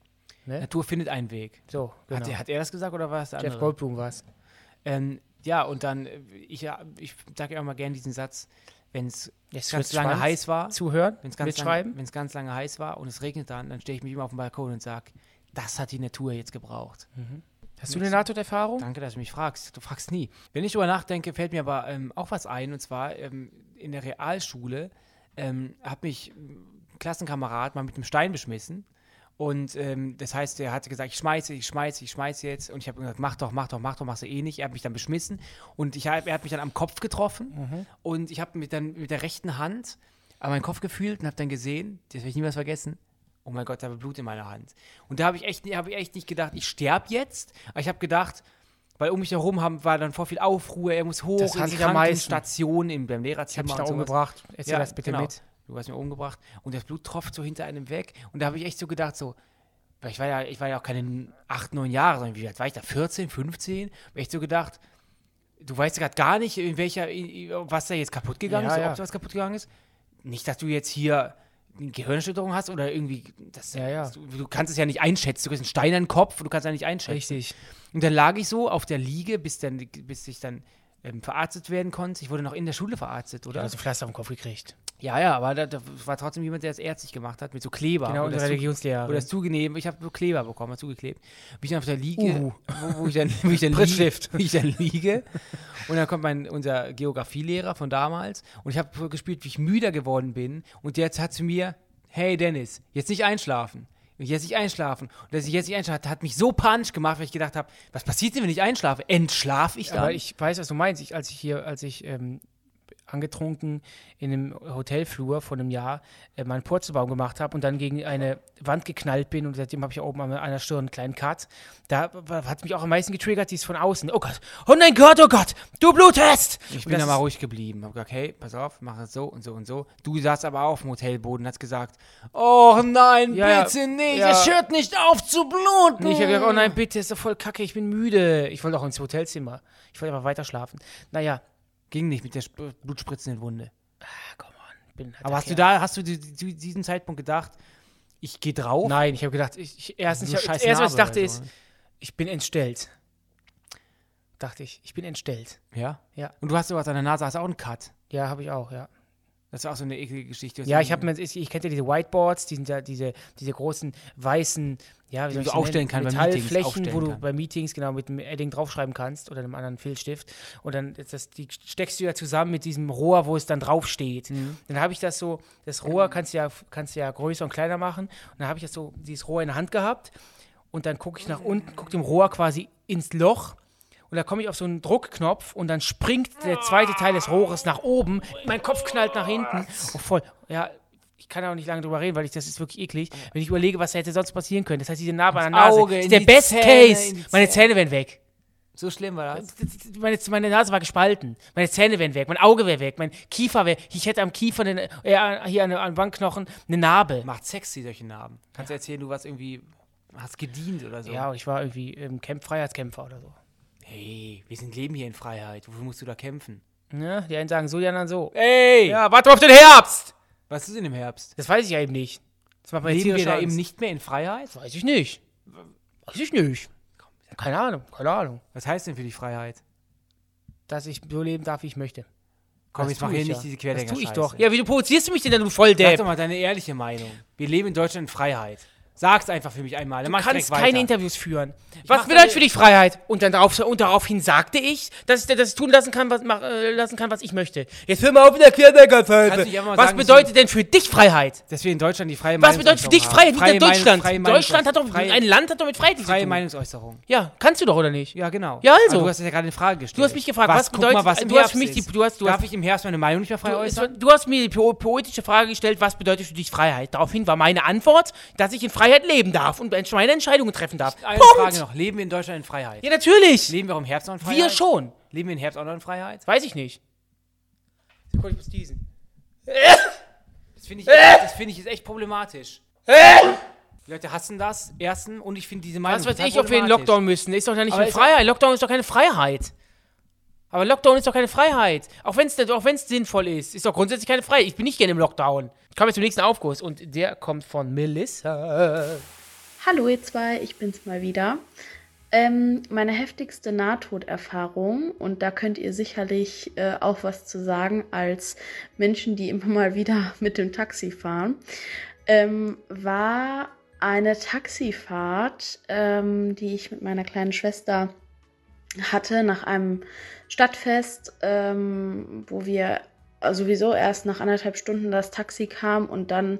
Natur findet einen Weg. So, genau. Hat, er, hat er das gesagt oder war es der andere? Jeff Goldblum war es. Ähm, ja, und dann, äh, ich, ja, ich sage ja auch mal gerne diesen Satz, wenn es Jetzt ganz wird's lange spannend. heiß war, Zuhören, wenn es ganz, mitschreiben. lang, wenn's ganz lange heiß war und es regnet dann, dann stehe ich mich immer auf den Balkon und sage, das hat die Natur jetzt gebraucht. Hast du eine Nahtoderfahrung? Danke, dass du mich fragst. Du fragst nie. Wenn ich drüber nachdenke, fällt mir aber ähm, auch was ein. Und zwar ähm, in der Realschule ähm, hat mich ein Klassenkamerad mal mit einem Stein beschmissen. Und ähm, das heißt, er hat gesagt, ich schmeiße, ich schmeiße, ich schmeiße jetzt. Und ich habe gesagt, mach doch, mach doch, mach doch, machst du eh nicht. Er hat mich dann beschmissen. Und ich hab, er hat mich dann am Kopf getroffen. Und ich habe mit, dann mit der rechten Hand an meinen Kopf gefühlt und habe dann gesehen, das werde ich niemals vergessen, oh mein Gott, da war Blut in meiner Hand. Und da habe ich, echt- hab ich echt nicht gedacht, ich sterbe jetzt. Aber ich habe gedacht, weil um mich herum haben, war dann vor viel Aufruhr, er muss hoch Das in hasse die ich am meisten. Krankenstation in, beim Ich habe Lehrerzimmer dich und da sowas. umgebracht. Erzähl das bitte genau. mit. Du hast mich umgebracht. Und das Blut tropft so hinter einem weg. Und da habe ich echt so gedacht, so, weil ich war ja, ich war ja auch keine acht, neun Jahre, sondern wie alt war ich da? vierzehn, fünfzehn? Hab echt so gedacht, du weißt gerade gar nicht, in welcher, in, was da jetzt kaputt gegangen Ja, ist, ja. ob da was kaputt gegangen ist. Nicht, dass du jetzt hier eine Gehirnerschütterung hast oder irgendwie, das, Ja, ja. das- Du, du kannst es ja nicht einschätzen. Du kriegst einen Stein in den Kopf und du kannst es ja nicht einschätzen. Richtig. Und dann lag ich so auf der Liege, bis, dann, bis ich dann ähm, verarztet werden konnte. Ich wurde noch in der Schule verarztet, Du oder? hast ein Pflaster auf den Kopf gekriegt. Ja, ja, aber da, da war trotzdem jemand, der es ärztlich gemacht hat, mit so Kleber. Genau, Wo unsere das zu- Religionslehrerin. Wo das zugenehm, ich habe so Kleber bekommen, zugeklebt. Bin ich dann auf der Liege, Uhu. wo, wo ich dann, wo ich dann, liege, Prittstift. wo ich dann liege. Und dann kommt mein, unser Geografielehrer von damals und ich habe gespielt, wie ich müder geworden bin. Und der hat zu mir, hey Dennis, jetzt nicht einschlafen. Jetzt nicht einschlafen. Und dass ich jetzt nicht einschlafe, hat mich so panisch gemacht, weil ich gedacht habe, was passiert denn, wenn ich einschlafe? Entschlafe ich dann? Aber ich weiß, was du meinst. Ich, als ich hier, als ich ähm, angetrunken in einem Hotelflur vor einem Jahr äh, meinen Purzelbaum gemacht habe und dann gegen eine Wand geknallt bin und seitdem habe ich oben an einer Stirn einen kleinen Cut. Da hat mich auch am meisten getriggert, die ist von außen. Oh Gott, oh mein Gott, oh Gott, du blutest! Ich Und bin das da mal ist- ruhig geblieben. Hab gesagt, hey, pass auf, mach es so und so und so. Du saßt aber auf dem Hotelboden und hast gesagt, oh nein, Ja, ja. bitte nicht, Ja. es hört nicht auf zu bluten. Nee, ich habe gesagt, oh nein, bitte, ist doch voll kacke, ich bin müde. Ich wollte auch ins Hotelzimmer. Ich wollte einfach weiter schlafen. Naja, Ging nicht mit der Sp blutspritzenden Wunde. ah, come on. Bin halt Aber hast du Kerl. da, hast du zu zu diesem Zeitpunkt gedacht, ich gehe drauf? Nein, ich habe gedacht, ich, ich, erstens, So ich, scheiß hab- erst, was ich Narbe dachte oder ist, so. ich bin entstellt. Dachte ich, ich bin entstellt. Ja? Ja. Und du hast sowas an der Nase, hast auch einen Cut. Ja, habe ich auch, ja. Das war auch so eine eklige Geschichte. Ja, ich habe mir, ich, ich kenne ja diese Whiteboards, die sind ja diese, diese großen weißen, ja, wie Die soll du ich sie aufstellen nennen? kannst bei Meetings, Metallflächen, aufstellen wo du kann. bei Meetings genau mit einem Edding draufschreiben kannst oder einem anderen Filzstift. Und dann ist das, die steckst du ja zusammen mit diesem Rohr, wo es dann draufsteht. Mhm. Dann habe ich das so, das Rohr kannst du ja, kannst du ja größer und kleiner machen. Und dann habe ich das so, dieses Rohr in der Hand gehabt. Und dann gucke ich nach unten, gucke dem Rohr quasi ins Loch. Und da komme ich auf so einen Druckknopf und dann springt der zweite Teil des Rohres nach oben. Mein Kopf knallt nach hinten. Oh, voll. Ja, ich kann auch nicht lange drüber reden, weil ich, das ist wirklich eklig. Wenn ich überlege, was hätte sonst passieren können. Das heißt, diese Narbe an der Nase Auge, in ist der die Best Zähne, Case. in die Meine Zähne. Zähne wären weg. So schlimm war das? Meine, meine Nase war gespalten. Meine Zähne wären weg. Mein Auge wäre weg. Mein Kiefer wäre. Ich hätte am Kiefer, eine, äh, hier an, an Wangenknochen, eine Narbe. Macht sexy, solche Narben. Kannst du erzählen, du warst irgendwie, hast gedient oder so? Ja, und ich war irgendwie ähm, Kämpf Freiheitskämpfer oder so. Hey, wir sind leben hier in Freiheit. Wofür musst du da kämpfen? Ja, die einen sagen so, die anderen so. Ey! Ja, warte auf den Herbst! Was ist denn im Herbst? Das weiß ich ja eben nicht. Das macht mir jetzt Leben wir da Angst. eben nicht mehr in Freiheit? Das weiß ich nicht. Weiß ich nicht. Keine Ahnung, keine Ahnung. Was heißt denn für dich Freiheit? Dass ich so leben darf, wie ich möchte. Komm, Das jetzt mach tu hier ich nicht ja. diese Das Querdenker-Scheiße. tue ich doch. Ja, wie provozierst du mich denn dann, du Volldepp? Sag doch mal deine ehrliche Meinung. Wir leben in Deutschland in Freiheit. Sag's einfach für mich einmal. Dann Du mach ich kannst direkt keine weiter. Interviews führen. mach Was bedeutet deine- für dich Freiheit? Und dann darauf, und daraufhin sagte ich, dass ich das tun lassen kann, was, mach, äh, lassen kann, was ich möchte. Jetzt hör mal auf in der Kannst du Querdenker-Pfeife. nicht einfach mal Was sagen, bedeutet denn für dich Freiheit? Dass wir in Deutschland die freie Was bedeutet für dich Freiheit? Freie Nicht Deutschland. Meinung- freie Deutschland hat doch, freie, ein Land hat doch mit Freiheit zu freie tun. Meinungsäußerung. Ja, kannst du doch, oder nicht? Ja, genau. Ja, also. Aber du hast es ja gerade in Frage gestellt. Du hast mich gefragt, was guck bedeutet- mal, was im du hast Herbst für mich die- ist. du hast- du Darf hast- ich im Herbst meine Meinung nicht mehr frei Du, äußern? es, du hast mir die po poetische Frage gestellt, was bedeutet für dich Freiheit? Daraufhin war meine Antwort, dass ich in Freiheit leben darf und meine Entscheidungen treffen darf. Eine Punkt. Frage noch. Leben wir in Deutschland in Freiheit? Ja, natürlich. Leben wir auch im Herbst noch in Freiheit? Wir schon. Leben wir im Herbst auch noch in Freiheit? Weiß ich nicht. Sekunde, ich muss diesen. Das finde ich, das finde ich ist echt problematisch. Die Leute hassen das, ersten, und ich finde diese Meinung Was weiß total ich, ob wir in problematisch. Lockdown müssen. Ist doch ja nicht Aber in ist Freiheit. Lockdown ist doch keine Freiheit. Aber Lockdown ist doch keine Freiheit. Auch wenn es auch wenn's sinnvoll ist. Ist doch grundsätzlich keine Freiheit. Ich bin nicht gerne im Lockdown. Ich komme jetzt zum nächsten Aufguss. Und der kommt von Melissa. Hallo ihr zwei, ich bin's mal wieder. Ähm, meine heftigste Nahtoderfahrung, und da könnt ihr sicherlich äh, auch was zu sagen als Menschen, die immer mal wieder mit dem Taxi fahren, ähm, war eine Taxifahrt, ähm, die ich mit meiner kleinen Schwester hatte nach einem Stadtfest, ähm, wo wir sowieso erst nach anderthalb Stunden das Taxi kam und dann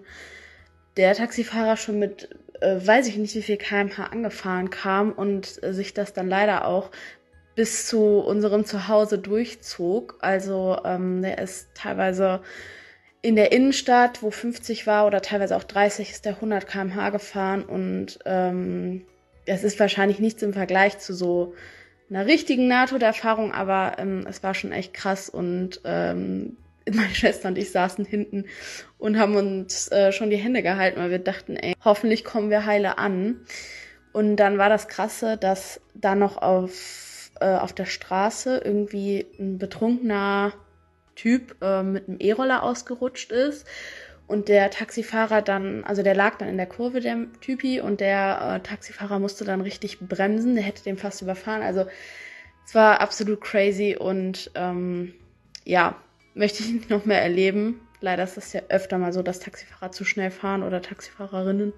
der Taxifahrer schon mit, äh, weiß ich nicht wie viel Kilometer pro Stunde angefahren kam und äh, sich das dann leider auch bis zu unserem Zuhause durchzog. Also ähm, der ist teilweise in der Innenstadt, wo fünfzig war, oder teilweise auch dreißig, ist der hundert Kilometer pro Stunde gefahren, und ähm, das ist wahrscheinlich nichts im Vergleich zu so einer richtigen Nahtoderfahrung, aber ähm, es war schon echt krass, und ähm, meine Schwester und ich saßen hinten und haben uns äh, schon die Hände gehalten, weil wir dachten, ey, hoffentlich kommen wir heile an. Und dann war das Krasse, dass da noch auf, äh, auf der Straße irgendwie ein betrunkener Typ äh, mit einem E-Roller ausgerutscht ist. Und der Taxifahrer dann, also der lag dann in der Kurve, der Typi, und der äh, Taxifahrer musste dann richtig bremsen, der hätte den fast überfahren. Also es war absolut crazy, und ähm, ja, möchte ich nicht noch mehr erleben. Leider ist das ja öfter mal so, dass Taxifahrer zu schnell fahren oder Taxifahrerinnen.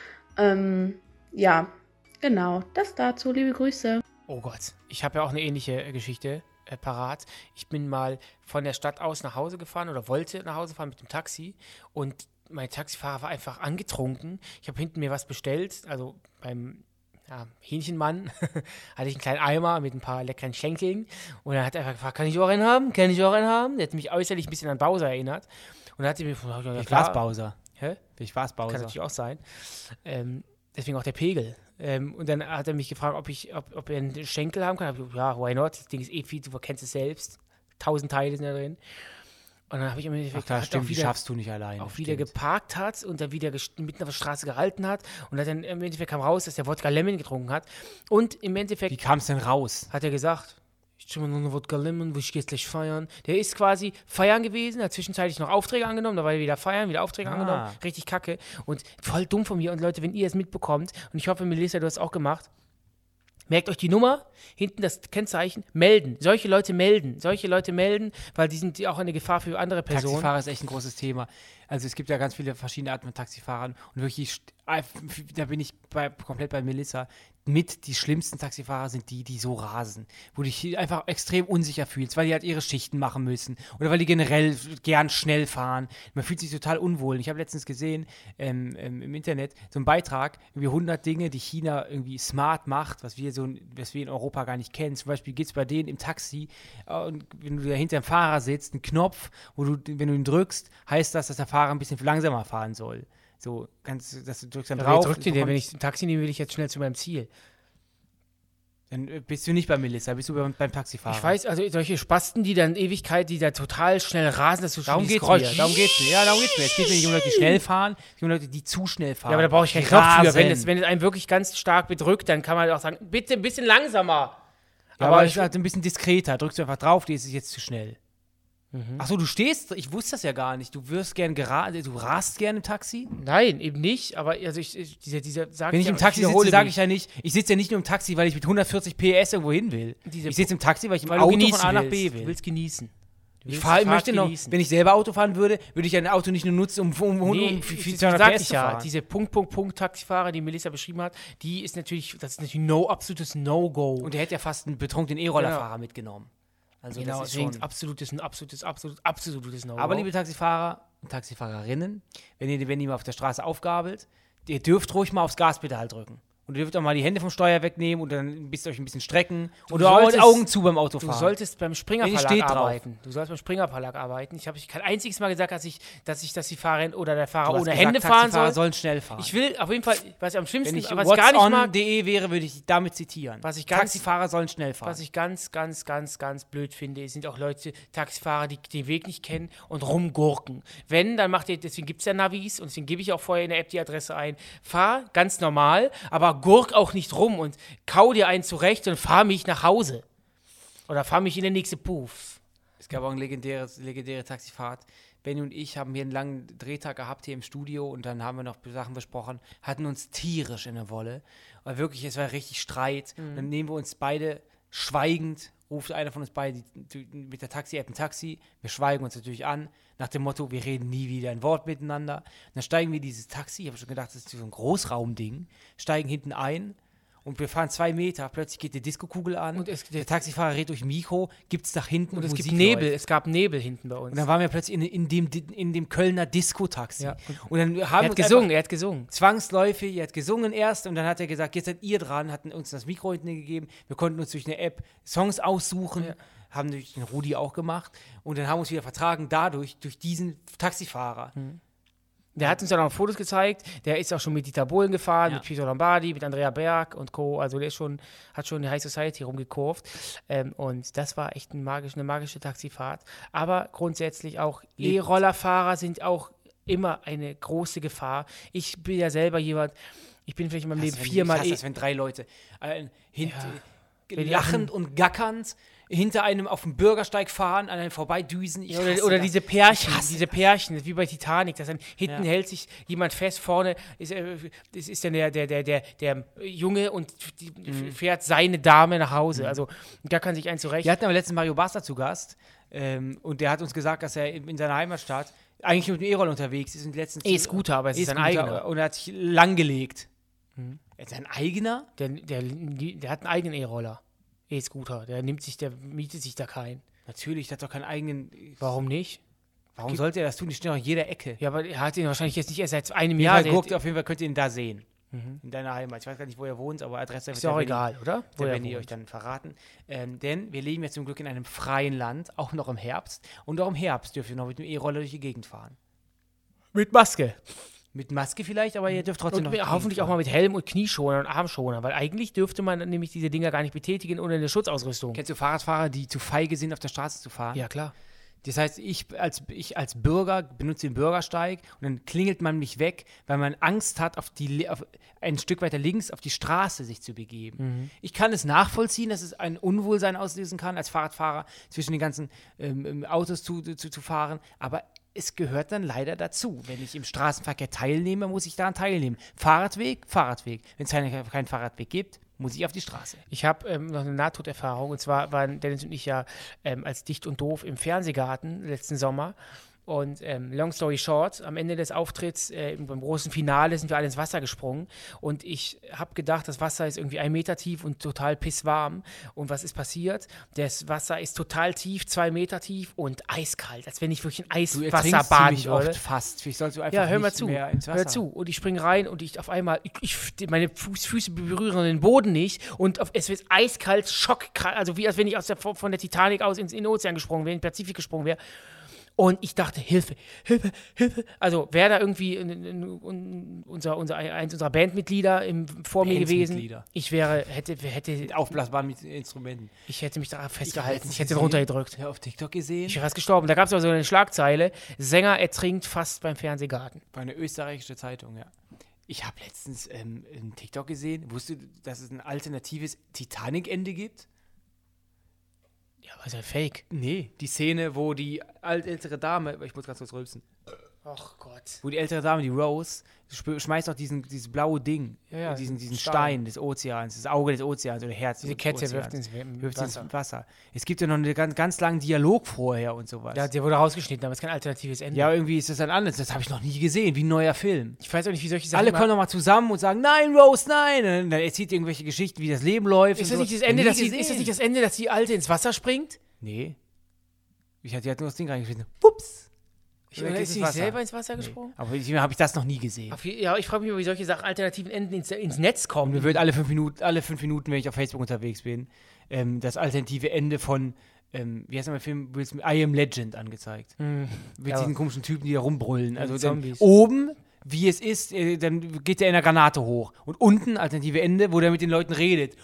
Ähm, ja, genau, das dazu, liebe Grüße. Oh Gott, ich habe ja auch eine ähnliche äh, Geschichte äh, parat. Ich bin mal von der Stadt aus nach Hause gefahren oder wollte nach Hause fahren mit dem Taxi, und mein Taxifahrer war einfach angetrunken. Ich habe hinten mir was bestellt, also beim ja, Hähnchenmann hatte ich einen kleinen Eimer mit ein paar leckeren Schenkeln, und er hat einfach gefragt, kann ich auch einen haben? Kann ich auch einen haben? Der hat mich äußerlich ein bisschen an Bowser erinnert, und dann hat er mir gefragt, ja, Ich klar. war's Bowser. Hä? Ich war's Bowser. Kann natürlich auch sein. Ähm, deswegen auch der Pegel. Ähm, und dann hat er mich gefragt, ob ich, ob, ob er einen Schenkel haben kann. Hab ich gesagt, ja, why not? Das Ding ist eh viel, du kennst es selbst. Tausend Teile sind da drin. Und dann habe ich mir Ach, das hat stimmt, auch die wieder, schaffst du nicht alleine. auch wieder stimmt. geparkt hat und dann wieder gest- mitten auf der Straße gehalten hat. Und dann im Endeffekt kam raus, dass der Wodka Lemon getrunken hat. Und im Endeffekt Wie kam's denn raus? hat er gesagt, ich trinke mal noch eine Wodka Lemon, wo ich jetzt gleich feiern. Der ist quasi feiern gewesen, hat zwischenzeitlich noch Aufträge angenommen, da war er wieder feiern, wieder Aufträge Ah. angenommen. Richtig kacke. Und voll dumm von mir. Und Leute, wenn ihr es mitbekommt, und ich hoffe, Melissa, du hast es auch gemacht, merkt euch die Nummer, hinten das Kennzeichen, melden. Solche Leute melden. Solche Leute melden, weil die sind auch eine Gefahr für andere Personen. Taxifahrer ist echt ein großes Thema. Also es gibt ja ganz viele verschiedene Arten von Taxifahrern, und wirklich, da bin ich bei, komplett bei Melissa. Mit die schlimmsten Taxifahrer sind die, die so rasen, wo du dich einfach extrem unsicher fühlst, weil die halt ihre Schichten machen müssen oder weil die generell gern schnell fahren. Man fühlt sich total unwohl. Ich habe letztens gesehen ähm, ähm, im Internet so einen Beitrag, irgendwie hundert Dinge, die China irgendwie smart macht, was wir so, was wir in Europa gar nicht kennen. Zum Beispiel gibt es bei denen im Taxi, äh, und wenn du da hinter dem Fahrer sitzt, einen Knopf, wo du, wenn du ihn drückst, heißt das, dass der Fahrer ein bisschen langsamer fahren soll. So, ganz, dass du drückst dann Ja, drauf. drückt den, bekommst- wenn ich ein Taxi nehme, will ich jetzt schnell zu meinem Ziel. Dann äh, bist du nicht bei Melissa, bist du beim, beim Taxifahrer. Ich weiß, also solche Spasten, die dann Ewigkeit, die da total schnell rasen, dass du schon Darum dieses geht's Geräusch- mir. Darum geht's mir. Ja, darum geht's mir. Es geht mir nicht um Leute, die schnell fahren, es geht um Leute, die zu schnell fahren. Ja, aber da brauche ich keinen Die Knopf für. rasen. Wenn es, wenn es einen wirklich ganz stark bedrückt, dann kann man auch sagen, bitte ein bisschen langsamer. Ja, aber aber ich, ich halt ein bisschen diskreter. Drückst du einfach drauf, die ist es jetzt zu schnell. Mhm. Achso, du stehst, ich wusste das ja gar nicht. Du wirst gern gera- du rast gerne im Taxi? Nein, eben nicht, aber also ich, ich dieser, dieser sag Wenn ich ja, im Taxi wiederhole sitze, sage mich. ich ja nicht, ich sitze ja nicht nur im Taxi, weil ich mit hundertvierzig P S irgendwo hin will. Diese Ich sitze im Taxi, weil ich im weil du Auto von genießen A nach willst. B Du will. willst genießen. Du Ich willst fahr, die Fahrt möchte noch, genießen. wenn ich selber Auto fahren würde, würde ich ein Auto nicht nur nutzen, um, um, um, Nee, um ich- das zweihundert sag P S ich zu ja, fahren. diese Punkt, Punkt, Punkt Taxifahrer, die Melissa beschrieben hat, die ist natürlich, das ist natürlich no, absolutes No-Go. Und der hätte ja fast einen betrunkenen E-Rollerfahrer mitgenommen. Also genau, das ist deswegen schon. absolutes, ein absolutes, absolutes, absolutes No-Go. Aber liebe Taxifahrer und Taxifahrerinnen, wenn ihr, wenn ihr mal auf der Straße aufgabelt, ihr dürft ruhig mal aufs Gaspedal drücken. Und ihr dürft auch mal die Hände vom Steuer wegnehmen und dann ein bisschen, euch ein bisschen strecken. Oder auch solltest- Augen zu beim Du Autofahren. solltest beim Springer Wenn ich Verlag steht drauf. arbeiten. Du sollst beim Springer Verlag arbeiten. Ich habe kein einziges Mal gesagt, dass ich, dass ich, dass die Fahrerin oder der Fahrer Du hast ohne gesagt, Hände fahren Taxifahrer soll. sollen schnell fahren. Ich will auf jeden Fall, was ich am Wenn schlimmsten, ich was ich gar nicht mag, whatson punkt de wäre, würde ich damit zitieren. Was ich ganz- Taxifahrer sollen schnell fahren. was ich ganz, ganz, ganz, ganz blöd finde, sind auch Leute, Taxifahrer, die den Weg nicht kennen und rumgurken. Wenn, dann macht ihr, deswegen gibt es ja Navis und deswegen gebe ich auch vorher in der App die Adresse ein. Fahr ganz normal, aber gurk auch nicht rum und kau dir einen zurecht und fahr mich nach Hause. Oder fahr mich in den nächsten Puff. Es gab auch eine legendäre, legendäre Taxifahrt. Benny und ich haben hier einen langen Drehtag gehabt hier im Studio und dann haben wir noch Sachen besprochen, hatten uns tierisch in der Wolle. Aber wirklich, es war richtig Streit. Mhm. Dann nehmen wir uns beide schweigend, ruft einer von uns beide die, die, mit der Taxi-App ein Taxi. Wir schweigen uns natürlich an, nach dem Motto, wir reden nie wieder ein Wort miteinander. Dann steigen wir in dieses Taxi, ich habe schon gedacht, das ist so ein Großraumding, steigen hinten ein. Und wir fahren zwei Meter, plötzlich geht die Diskokugel an. Und es- der Taxifahrer redet durch Mikro, gibt es nach hinten Und es Musik gibt Nebel, läuft. es gab Nebel hinten bei uns. Und dann waren wir plötzlich in, in, dem, in dem Kölner Disco-Taxi. Ja. Und dann haben er wir hat uns gesungen, er hat gesungen. einfach zwangsläufig, er hat gesungen erst und dann hat er gesagt, jetzt seid ihr dran, hat uns das Mikro hinten gegeben. Wir konnten uns durch eine App Songs aussuchen, Ja. haben durch den Rudi auch gemacht. Und dann haben wir uns wieder vertragen dadurch, durch diesen Taxifahrer. Der hat uns dann auch Fotos gezeigt. Der ist auch schon mit Dieter Bohlen gefahren, Ja. mit Peter Lombardi, mit Andrea Berg und Co. Also der ist schon, hat schon die High Society rumgekurvt. Ähm, und das war echt ein magisch, eine magische Taxifahrt. Aber grundsätzlich auch E-Rollerfahrer sind auch immer eine große Gefahr. Ich bin ja selber jemand, ich bin vielleicht in meinem Ich Leben hasse, wenn- viermal ich hasse E- das, wenn drei Leute äh, hint, Ja. äh, Wenn die lachend und gackernd hinter einem auf dem Bürgersteig fahren, an einem vorbeidüsen. Ich Ja, oder hasse oder das. diese Pärchen, Ich hasse diese Pärchen, wie bei Titanic, dass dann hinten Ja. hält sich jemand fest, vorne ist, äh, das ist dann der, der, der, der, der Junge und die, Mhm. fährt seine Dame nach Hause. Also da kann sich ein zurecht. Wir hatten aber letztens Mario Basler zu Gast ähm, und der hat uns gesagt, dass er in, in seiner Heimatstadt eigentlich mit dem E-Roller unterwegs ist und die letzten E-Scooter, aber es ist sein E-Scooter eigener. und er hat sich langgelegt. Mhm. Sein eigener? Der, der, der hat einen eigenen E-Roller, E-Scooter. Der nimmt sich, der mietet sich da keinen. Natürlich, der hat doch keinen eigenen. Warum nicht? Warum sollte er das tun? Die stehen doch in jeder Ecke. Ja, aber er hat ihn wahrscheinlich jetzt nicht erst seit einem Auf jeden Jahr. Fall Der, guckt, auf jeden Fall könnt ihr ihn da sehen. Mhm. In deiner Heimat. Ich weiß gar nicht, wo er wohnt, aber Adresse ist ja auch Benny- egal, oder? Wo Der er werden die wohnt. euch dann verraten. Ähm, denn wir leben jetzt zum Glück in einem freien Land, auch noch im Herbst. Und auch im Herbst dürft ihr noch mit dem E-Roller durch die Gegend fahren. Mit Maske. Mit Maske vielleicht, aber ihr dürft trotzdem Und noch. mit, durch die hoffentlich Gegend auch mal mit Helm und Knieschoner und Armschoner, weil eigentlich dürfte man nämlich diese Dinger gar nicht betätigen ohne eine Schutzausrüstung. Kennst du Fahrradfahrer, die zu feige sind, auf der Straße zu fahren? Ja, klar. Das heißt, ich als, ich als Bürger benutze den Bürgersteig und dann klingelt man mich weg, weil man Angst hat, auf die, Le- auf ein Stück weiter links auf die Straße sich zu begeben. Ich kann es nachvollziehen, dass es ein Unwohlsein auslösen kann, als Fahrradfahrer zwischen den ganzen ähm, Autos zu, zu, zu fahren, aber es gehört dann leider dazu. Wenn ich im Straßenverkehr teilnehme, muss ich daran teilnehmen. Fahrradweg, Fahrradweg. Wenn es keinen kein Fahrradweg gibt, muss ich auf die Straße. Ich habe ähm, noch eine Nahtoderfahrung. Und zwar waren Dennis und ich ja ähm, als Dicht und Doof im Fernsehgarten letzten Sommer. Und ähm, long story short, am Ende des Auftritts, äh, beim großen Finale, sind wir alle ins Wasser gesprungen. Und ich habe gedacht, das Wasser ist irgendwie ein Meter tief und total pisswarm. Und was ist passiert? Das Wasser ist total tief, zwei Meter tief und eiskalt, als wenn ich wirklich ein Du Eiswasser ertrinkst baden ziemlich würde. oft fast. Vielleicht sollst du einfach Ja, hör mal nicht zu. mehr ins Wasser. Hör zu. Und ich springe rein und ich auf einmal, ich, ich, meine Fuß, Füße berühren den Boden nicht und auf, es wird eiskalt, schockkalt, also wie als wenn ich aus der, von der Titanic aus ins, in den Ozean gesprungen wäre, in den Pazifik gesprungen wäre. Und ich dachte, Hilfe, Hilfe, Hilfe. Also wäre da irgendwie in, in, in, unser, unser, eins unserer Bandmitglieder im, vor mir gewesen. Bandmitglieder. Ich wäre, hätte, hätte, Mit aufblasbaren mit Instrumenten. ich hätte mich da hab festgehalten. letztens Ich hätte ihn gesehen, runtergedrückt. Ja, auf TikTok gesehen. Ich wäre fast gestorben. Da gab es aber so eine Schlagzeile: Sänger ertrinkt fast beim Fernsehgarten. Bei einer österreichischen Zeitung, ja. Ich habe letztens ähm, in TikTok gesehen, wusstest du, dass es ein alternatives Titanic-Ende gibt? Ja, aber ist ja fake. Nee, die Szene, wo die alt ältere Dame, ich muss ganz kurz rülpsen, Ach Gott. wo die ältere Dame, die Rose, sp- schmeißt auch diesen, dieses blaue Ding, Ja, ja, diesen, diesen Stein. Stein des Ozeans, das Auge des Ozeans oder Herz Diese des Kette Ozeans. wirft ins W- wirft Wasser. ins Wasser. Es gibt ja noch einen ganz, ganz langen Dialog vorher und sowas. Ja, der wurde rausgeschnitten, aber es ist kein alternatives Ende. Ja, irgendwie ist das dann anders. Das habe ich noch nie gesehen, wie ein neuer Film. Ich weiß auch nicht, wie solche Sachen Alle immer- kommen nochmal zusammen und sagen, nein, Rose, nein. Und dann erzählt irgendwelche Geschichten, wie das Leben läuft. Ist und das, so. nicht das, Ende, Nie dass die, gesehen. ist das nicht das Ende, dass die Alte ins Wasser springt? Nee. Ich hatte, die hat nur das Ding reingeschmissen. Pups. Ich, Oder oder geht ist ins sie nicht Wasser? selber ins Wasser Nee. gesprungen? Aber ich, habe ich das noch nie gesehen. Auf je- Ja, ich frage mich immer, wie solche Sachen, alternativen Enden ins, ins Netz kommen. Mir wird alle fünf Minuten, alle fünf Minuten, wenn ich auf Facebook unterwegs bin, ähm, das alternative Ende von, ähm, wie heißt der Film, Will Smith? I Am Legend angezeigt. Hm. Mit Ja. diesen komischen Typen, die da rumbrüllen. Also dann Zombies. oben, wie es ist, äh, dann geht der in der Granate hoch. Und unten, alternative Ende, wo der mit den Leuten redet.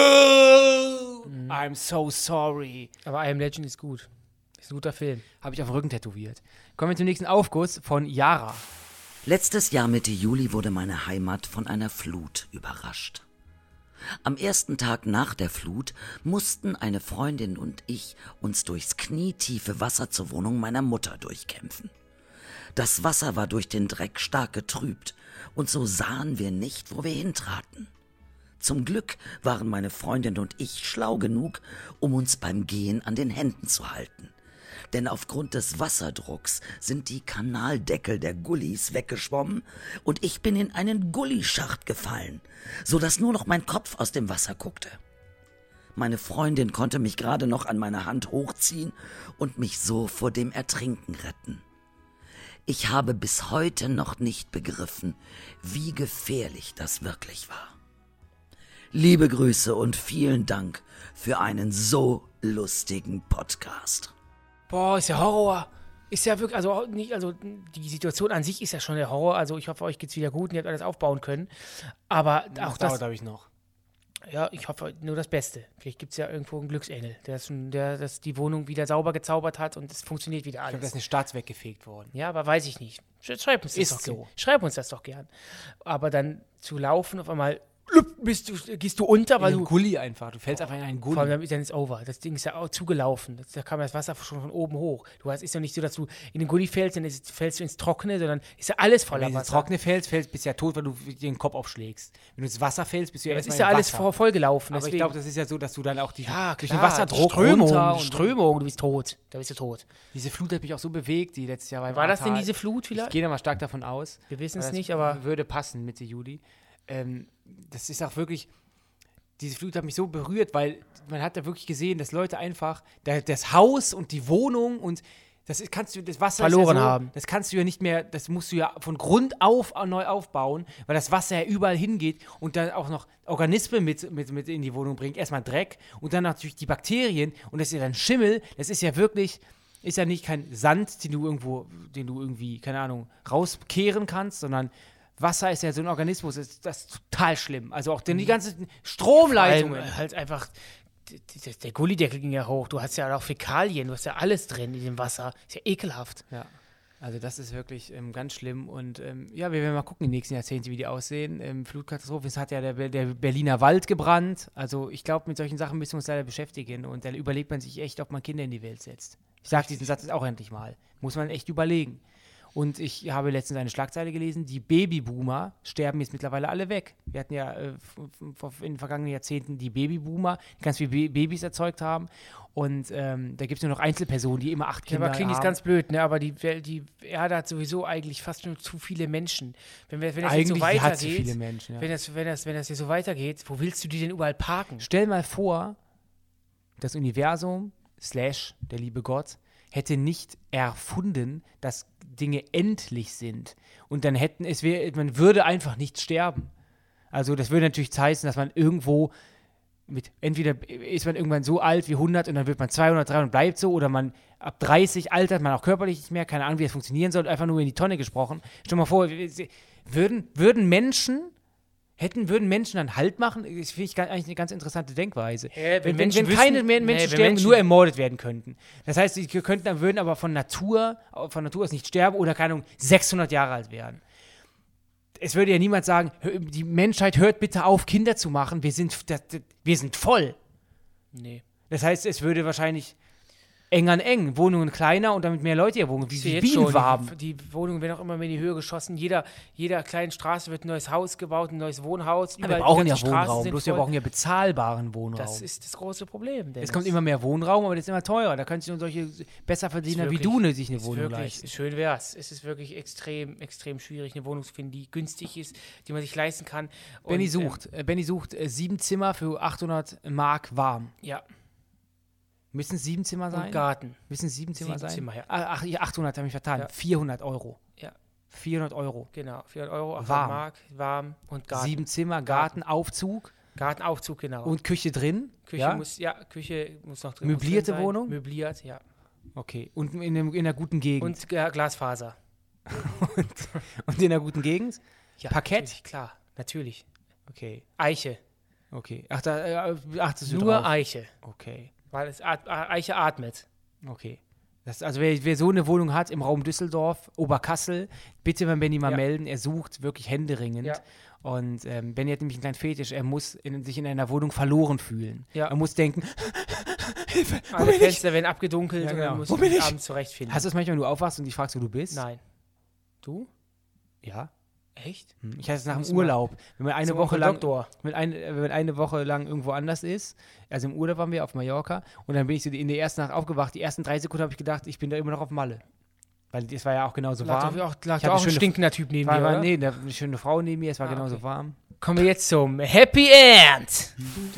I'm so sorry. Aber I Am Legend ist gut. Ist ein guter Film. Habe ich auf dem Rücken tätowiert. Kommen wir zum nächsten Aufguss von Yara. Letztes Jahr Mitte Juli wurde meine Heimat von einer Flut überrascht. Am ersten Tag nach der Flut mussten eine Freundin und ich uns durchs knietiefe Wasser zur Wohnung meiner Mutter durchkämpfen. Das Wasser war durch den Dreck stark getrübt und so sahen wir nicht, wo wir hintraten. Zum Glück waren meine Freundin und ich schlau genug, um uns beim Gehen an den Händen zu halten. Denn aufgrund des Wasserdrucks sind die Kanaldeckel der Gullis weggeschwommen und ich bin in einen Gullischacht gefallen, sodass nur noch mein Kopf aus dem Wasser guckte. Meine Freundin konnte mich gerade noch an meine Hand hochziehen und mich so vor dem Ertrinken retten. Ich habe bis heute noch nicht begriffen, wie gefährlich das wirklich war. Liebe Grüße und vielen Dank für einen so lustigen Podcast. Boah, ist ja Horror. Ist ja wirklich, also nicht, also die Situation an sich ist ja schon der Horror. Also ich hoffe, euch geht's wieder gut und ihr habt alles aufbauen können. Aber auch das, dauert, ich noch. ja, ich hoffe nur das Beste. Vielleicht gibt es ja irgendwo einen Glücksengel, der, ist schon, der das die Wohnung wieder sauber gezaubert hat und es funktioniert wieder Ich glaube, da alles. ist eine Stadt weggefegt worden. Ja, aber weiß ich nicht. Sch- Schreib uns das Ist doch so. gern. Schreib uns das doch gern. Aber dann zu laufen, auf einmal lup, bist du, gehst du unter, weil In einen du. Gully einfach. Du fällst einfach in einen Vor allem Gully. dann ist dann ist over. Das Ding ist ja auch zugelaufen. Das, da kam das Wasser schon von oben hoch. Du hast, ist ja nicht so, dass du in den Gully fällst, dann ist, fällst du ins Trockene, sondern ist ja alles voller Wenn du ins Wasser. Trockene fällst, fällst bist du ja tot, weil du dir den Kopf aufschlägst. Wenn du ins Wasser fällst, bist du ja Das erstmal ist ja im alles Wasser. vor, vollgelaufen. Aber ich deswegen- glaube, das ist ja so, dass du dann auch die, ja, durch klar, den Wasserdruck Strömung, runter und Strömung, du bist tot. Da bist du tot. diese Flut hat mich auch so bewegt, die letztes Jahr war. im War das denn Ahrtal. diese Flut Ich vielleicht? gehe da mal stark davon aus. Wir wissen es Das nicht, aber würde passen Mitte Juli. Ähm, das ist auch wirklich, diese Flut hat mich so berührt, weil man hat da wirklich gesehen, dass Leute einfach da, das Haus und die Wohnung und das ist, kannst du, das Wasser Verloren ist ja so, haben. Das kannst du ja nicht mehr, das musst du ja von Grund auf neu aufbauen, weil das Wasser ja überall hingeht und dann auch noch Organismen mit, mit, mit in die Wohnung bringt. Erstmal Dreck und dann natürlich die Bakterien und das ist ja dann Schimmel. Das ist ja wirklich, ist ja nicht kein Sand, den du irgendwo, den du irgendwie, keine Ahnung, rauskehren kannst, sondern Wasser ist ja so ein Organismus, das ist, das ist total schlimm. Also auch denn die ganzen vor allem Stromleitungen. halt einfach, d- d- der Gullideckel ging ja hoch. Du hast ja auch Fäkalien, du hast ja alles drin in dem Wasser. Ist ja ekelhaft. Ja, also das ist wirklich ähm, ganz schlimm und ähm, ja, wir werden mal gucken in den nächsten Jahrzehnten, wie die aussehen. Ähm, Flutkatastrophe, es hat ja der, Be- der Berliner Wald gebrannt. Also ich glaube, mit solchen Sachen müssen wir uns leider beschäftigen und dann überlegt man sich echt, ob man Kinder in die Welt setzt. Ich sage diesen Satz jetzt auch endlich mal. Muss man echt überlegen. Und ich habe letztens eine Schlagzeile gelesen, die Babyboomer sterben jetzt mittlerweile alle weg. Wir hatten ja äh, f- f- in den vergangenen Jahrzehnten die Babyboomer, die ganz viele Ba- Babys erzeugt haben. Und ähm, da gibt es nur noch Einzelpersonen, die immer acht Ja, Kinder aber klingt jetzt haben. ganz blöd, ne? Aber die, Wel- die Erde hat sowieso eigentlich fast schon zu viele Menschen. Wenn, wir, wenn das jetzt so Eigentlich hat sie weitergeht, viele Menschen, ja. wenn, das, wenn, das, wenn das hier so weitergeht, wo willst du die denn überall parken? Stell mal vor, das Universum, slash der liebe Gott, hätte nicht erfunden, dass Dinge endlich sind. Und dann hätten es wär, man würde einfach nicht sterben. Also das würde natürlich heißen, dass man irgendwo mit, entweder ist man irgendwann so alt wie hundert und dann wird man zweihundert, dreihundert und bleibt so, oder man ab dreißig altert man auch körperlich nicht mehr, keine Ahnung, wie das funktionieren soll, einfach nur in die Tonne gesprochen. Stell mal vor, würden, würden Menschen Hätten, würden Menschen dann Halt machen? Das finde ich gar- eigentlich eine ganz interessante Denkweise. Hä, wenn wenn, wenn, Menschen wenn keine wüssten- mehr nee, Menschen wenn sterben, Menschen- nur ermordet werden könnten. Das heißt, sie könnten dann, würden aber von Natur, von Natur aus nicht sterben oder, keine Ahnung, sechshundert Jahre alt werden. Es würde ja niemand sagen, hör- die Menschheit hört bitte auf, Kinder zu machen, wir sind, das, das, wir sind voll. Nee. Das heißt, es würde wahrscheinlich eng an eng, Wohnungen kleiner und damit mehr Leute hier wohnen, wie Ich sie sehe jetzt Bienen schon, haben. Die, die Wohnungen werden auch immer mehr in die Höhe geschossen. Jeder, jeder kleinen Straße wird ein neues Haus gebaut, ein neues Wohnhaus. Wir Überall die brauchen ja ganzen Straßen Wohnraum, sind bloß wir voll. brauchen ja bezahlbaren Wohnraum. Das ist das große Problem. Es kommt immer mehr Wohnraum, aber das ist immer teurer. Da können sich nur solche Besserverdiener wie du ne, sich eine Wohnung wirklich, leisten. Schön wär's. Es ist wirklich extrem, extrem schwierig, eine Wohnung zu finden, die günstig ist, die man sich leisten kann. Benny Und, sucht, äh, Benny sucht äh, sieben Zimmer für achthundert Mark warm. Ähm, ja, Müssen es sieben Zimmer sein? und Garten. Müssen es sieben Zimmer Sieben sein? Zimmer, ja. Ah, Ach, ja, achthundert, habe ich vertan. Ja. vierhundert Euro. Ja, vierhundert Euro. genau. vierhundert Euro, achthundert Warm. Mark, warm und Garten. Sieben Zimmer, Garten, Aufzug Gartenaufzug, genau. und Küche drin. Küche ja? muss, ja, Küche muss noch drin Möblierte muss drin sein. Wohnung? Möbliert, ja. Okay. Und in, einem, in einer guten Gegend. Und ja, Glasfaser. Und in einer guten Gegend? Ja, Parkett? Natürlich, klar, natürlich. Okay. Eiche. Okay. Ach, da äh, achtest du Nur drauf. Eiche. Okay. Weil es at- Eiche atmet. Okay. Das, also wer, wer so eine Wohnung hat im Raum Düsseldorf, Oberkassel, bitte beim Benny mal Ja. melden. Er sucht wirklich händeringend. Ja. Und ähm, Benny hat nämlich einen kleinen Fetisch. Er muss in, sich in einer Wohnung verloren fühlen. Ja. Er muss denken, Hilfe, wo Alle bin ich? Fenster werden abgedunkelt Ja, und genau. dann muss Wo ich bin mich ich? abends zurechtfinden. Hast du es manchmal, wenn du aufwachst und dich fragst, wo du bist? Nein. Du? Ja. Echt? Hm. Ich hatte es nach Muss dem mal- Urlaub. Wenn man eine Zum Woche Onkel lang Doktor. Wenn, ein, äh, wenn eine Woche lang irgendwo anders ist, also im Urlaub waren wir auf Mallorca und dann bin ich so in der ersten Nacht aufgewacht. Die ersten drei Sekunden habe ich gedacht, ich bin da immer noch auf Malle. Weil es war ja auch genauso Lag warm. doch auch, lag Ich doch hatte auch ein schöne- stinkender Typ neben war, dir, war, oder? nee, da- eine schöne Frau neben mir, es war Ah, genauso okay. warm. Kommen wir jetzt zum Happy End.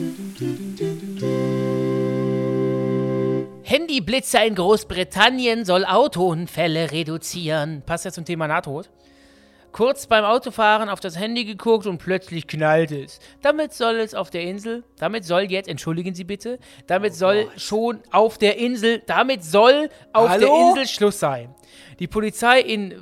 Handyblitzer in Großbritannien soll Autounfälle reduzieren. Passt ja zum Thema Nahtod. Kurz beim Autofahren auf das Handy geguckt und plötzlich knallt es. Damit soll es auf der Insel, damit soll jetzt, entschuldigen Sie bitte, damit soll schon auf der Insel, damit soll auf Hallo? der Insel Schluss sein. Die Polizei in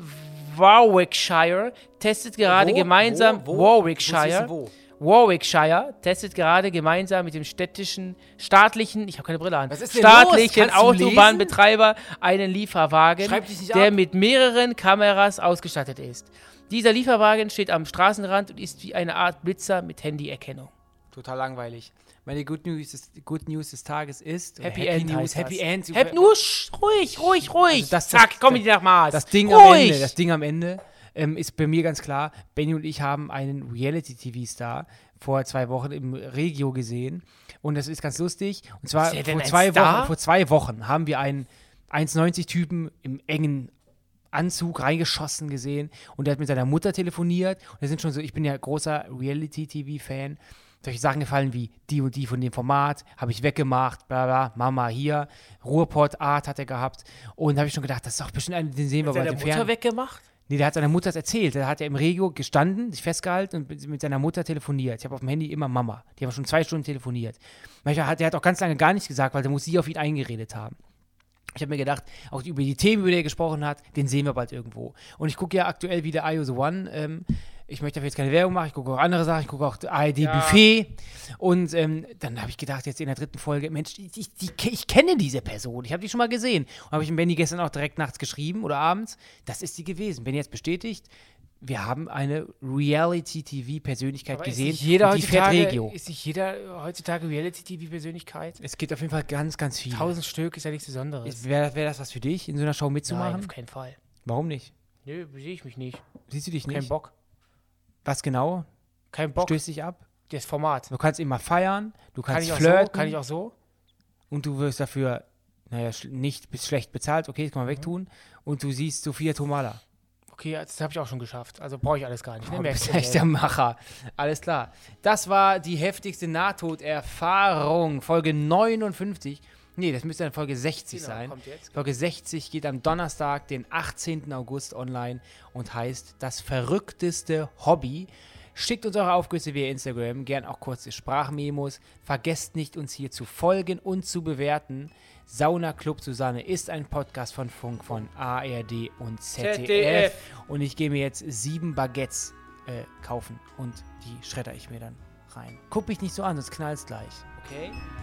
Warwickshire testet gerade Wo? gemeinsam, Wo? Wo? Warwickshire, Ich muss wissen, wo. Warwickshire testet gerade gemeinsam mit dem städtischen, staatlichen, ich habe keine Brille an, Was ist denn los? staatlichen Kannst du lesen? Autobahnbetreiber einen Lieferwagen, Schreib dich nicht der ab. mit mehreren Kameras ausgestattet ist. Dieser Lieferwagen steht am Straßenrand und ist wie eine Art Blitzer mit Handyerkennung. Total langweilig. Meine Good News, ist, Good News des Tages ist oder Happy, End News, heißt Happy das. End. Happy, nur sch- ruhig, ruhig, ruhig. Also das- Zack, das- komm ich nach Mars. Das Ding ruhig. am Ende, das Ding am Ende ähm, ist bei mir ganz klar. Benny und ich haben einen Reality-T V-Star vor zwei Wochen im Regio gesehen und das ist ganz lustig. Und zwar Ist der denn vor ein zwei, Star? Wochen, vor zwei Wochen haben wir einen eins neunzig Typen im engen Anzug reingeschossen gesehen und der hat mit seiner Mutter telefoniert und das sind schon so, ich bin ja großer Reality-T V-Fan. Solche Sachen gefallen wie die und die von dem Format, habe ich weggemacht, bla bla, Mama hier, Ruhrpott-Art hat er gehabt und da habe ich schon gedacht, das ist doch bestimmt einen, den sehen wir Hat bei seine dem Mutter Fernsehen. weggemacht? Nee, der hat seiner Mutter das erzählt. Der hat ja im Regio gestanden, sich festgehalten und mit- mit seiner Mutter telefoniert. Ich habe auf dem Handy immer Mama. Die haben schon zwei Stunden telefoniert. Manchmal hat der hat auch ganz lange gar nichts gesagt, weil der muss sie auf ihn eingeredet haben. Ich habe mir gedacht, auch über die Themen, über die er gesprochen hat, den sehen wir bald irgendwo. Und ich gucke ja aktuell wieder I O The One. Ähm, ich möchte dafür jetzt keine Werbung machen, ich gucke auch andere Sachen, ich gucke auch A R D Ja. Buffet. Und ähm, dann habe ich gedacht, jetzt in der dritten Folge, Mensch, ich, ich, die, ich kenne diese Person, ich habe die schon mal gesehen. Und habe ich dem Benny gestern auch direkt nachts geschrieben oder abends, das ist die gewesen. Benny jetzt bestätigt, wir haben eine Reality-T V-Persönlichkeit Aber ist gesehen. nicht jeder und die fährt heutzutage, Regio. ist nicht jeder heutzutage Reality-T V-Persönlichkeit? Es gibt auf jeden Fall ganz, ganz viele. Tausend Stück ist ja nichts Besonderes. Wäre wär das was für dich, in so einer Show Nein, mitzumachen? auf keinen Fall. Warum nicht? Nö, sehe ich mich nicht. Siehst du dich Kein nicht? Bock. Was genau? Kein Bock. Stößt dich ab? Das Format. Du kannst immer feiern, du Kann kannst ich auch flirten so? Kann ich auch so? und du wirst dafür, naja, sch- nicht bis schlecht bezahlt, okay, das kann man Mhm. wegtun. Und du siehst Sophia Tomala. Okay, das habe ich auch schon geschafft. Also brauche ich alles gar nicht. Ne? Du Merkst bist du, echt ey. der Macher. Alles klar. Das war die heftigste Nahtoderfahrung. Folge neunundfünfzig. Nee, das müsste dann Folge sechzig Genau, sein. kommt jetzt. Folge sechzig geht am Donnerstag, den achtzehnten August online und heißt Das verrückteste Hobby. Schickt uns eure Aufgüsse via Instagram, gern auch kurze Sprachmemos. Vergesst nicht, uns hier zu folgen und zu bewerten. Sauna Club Susanne ist ein Podcast von Funk, von A R D und Z D F. Z D F. Und ich gehe mir jetzt sieben Baguettes äh, kaufen und die schredder ich mir dann rein. Guck mich nicht so an, sonst knallt's gleich. Okay?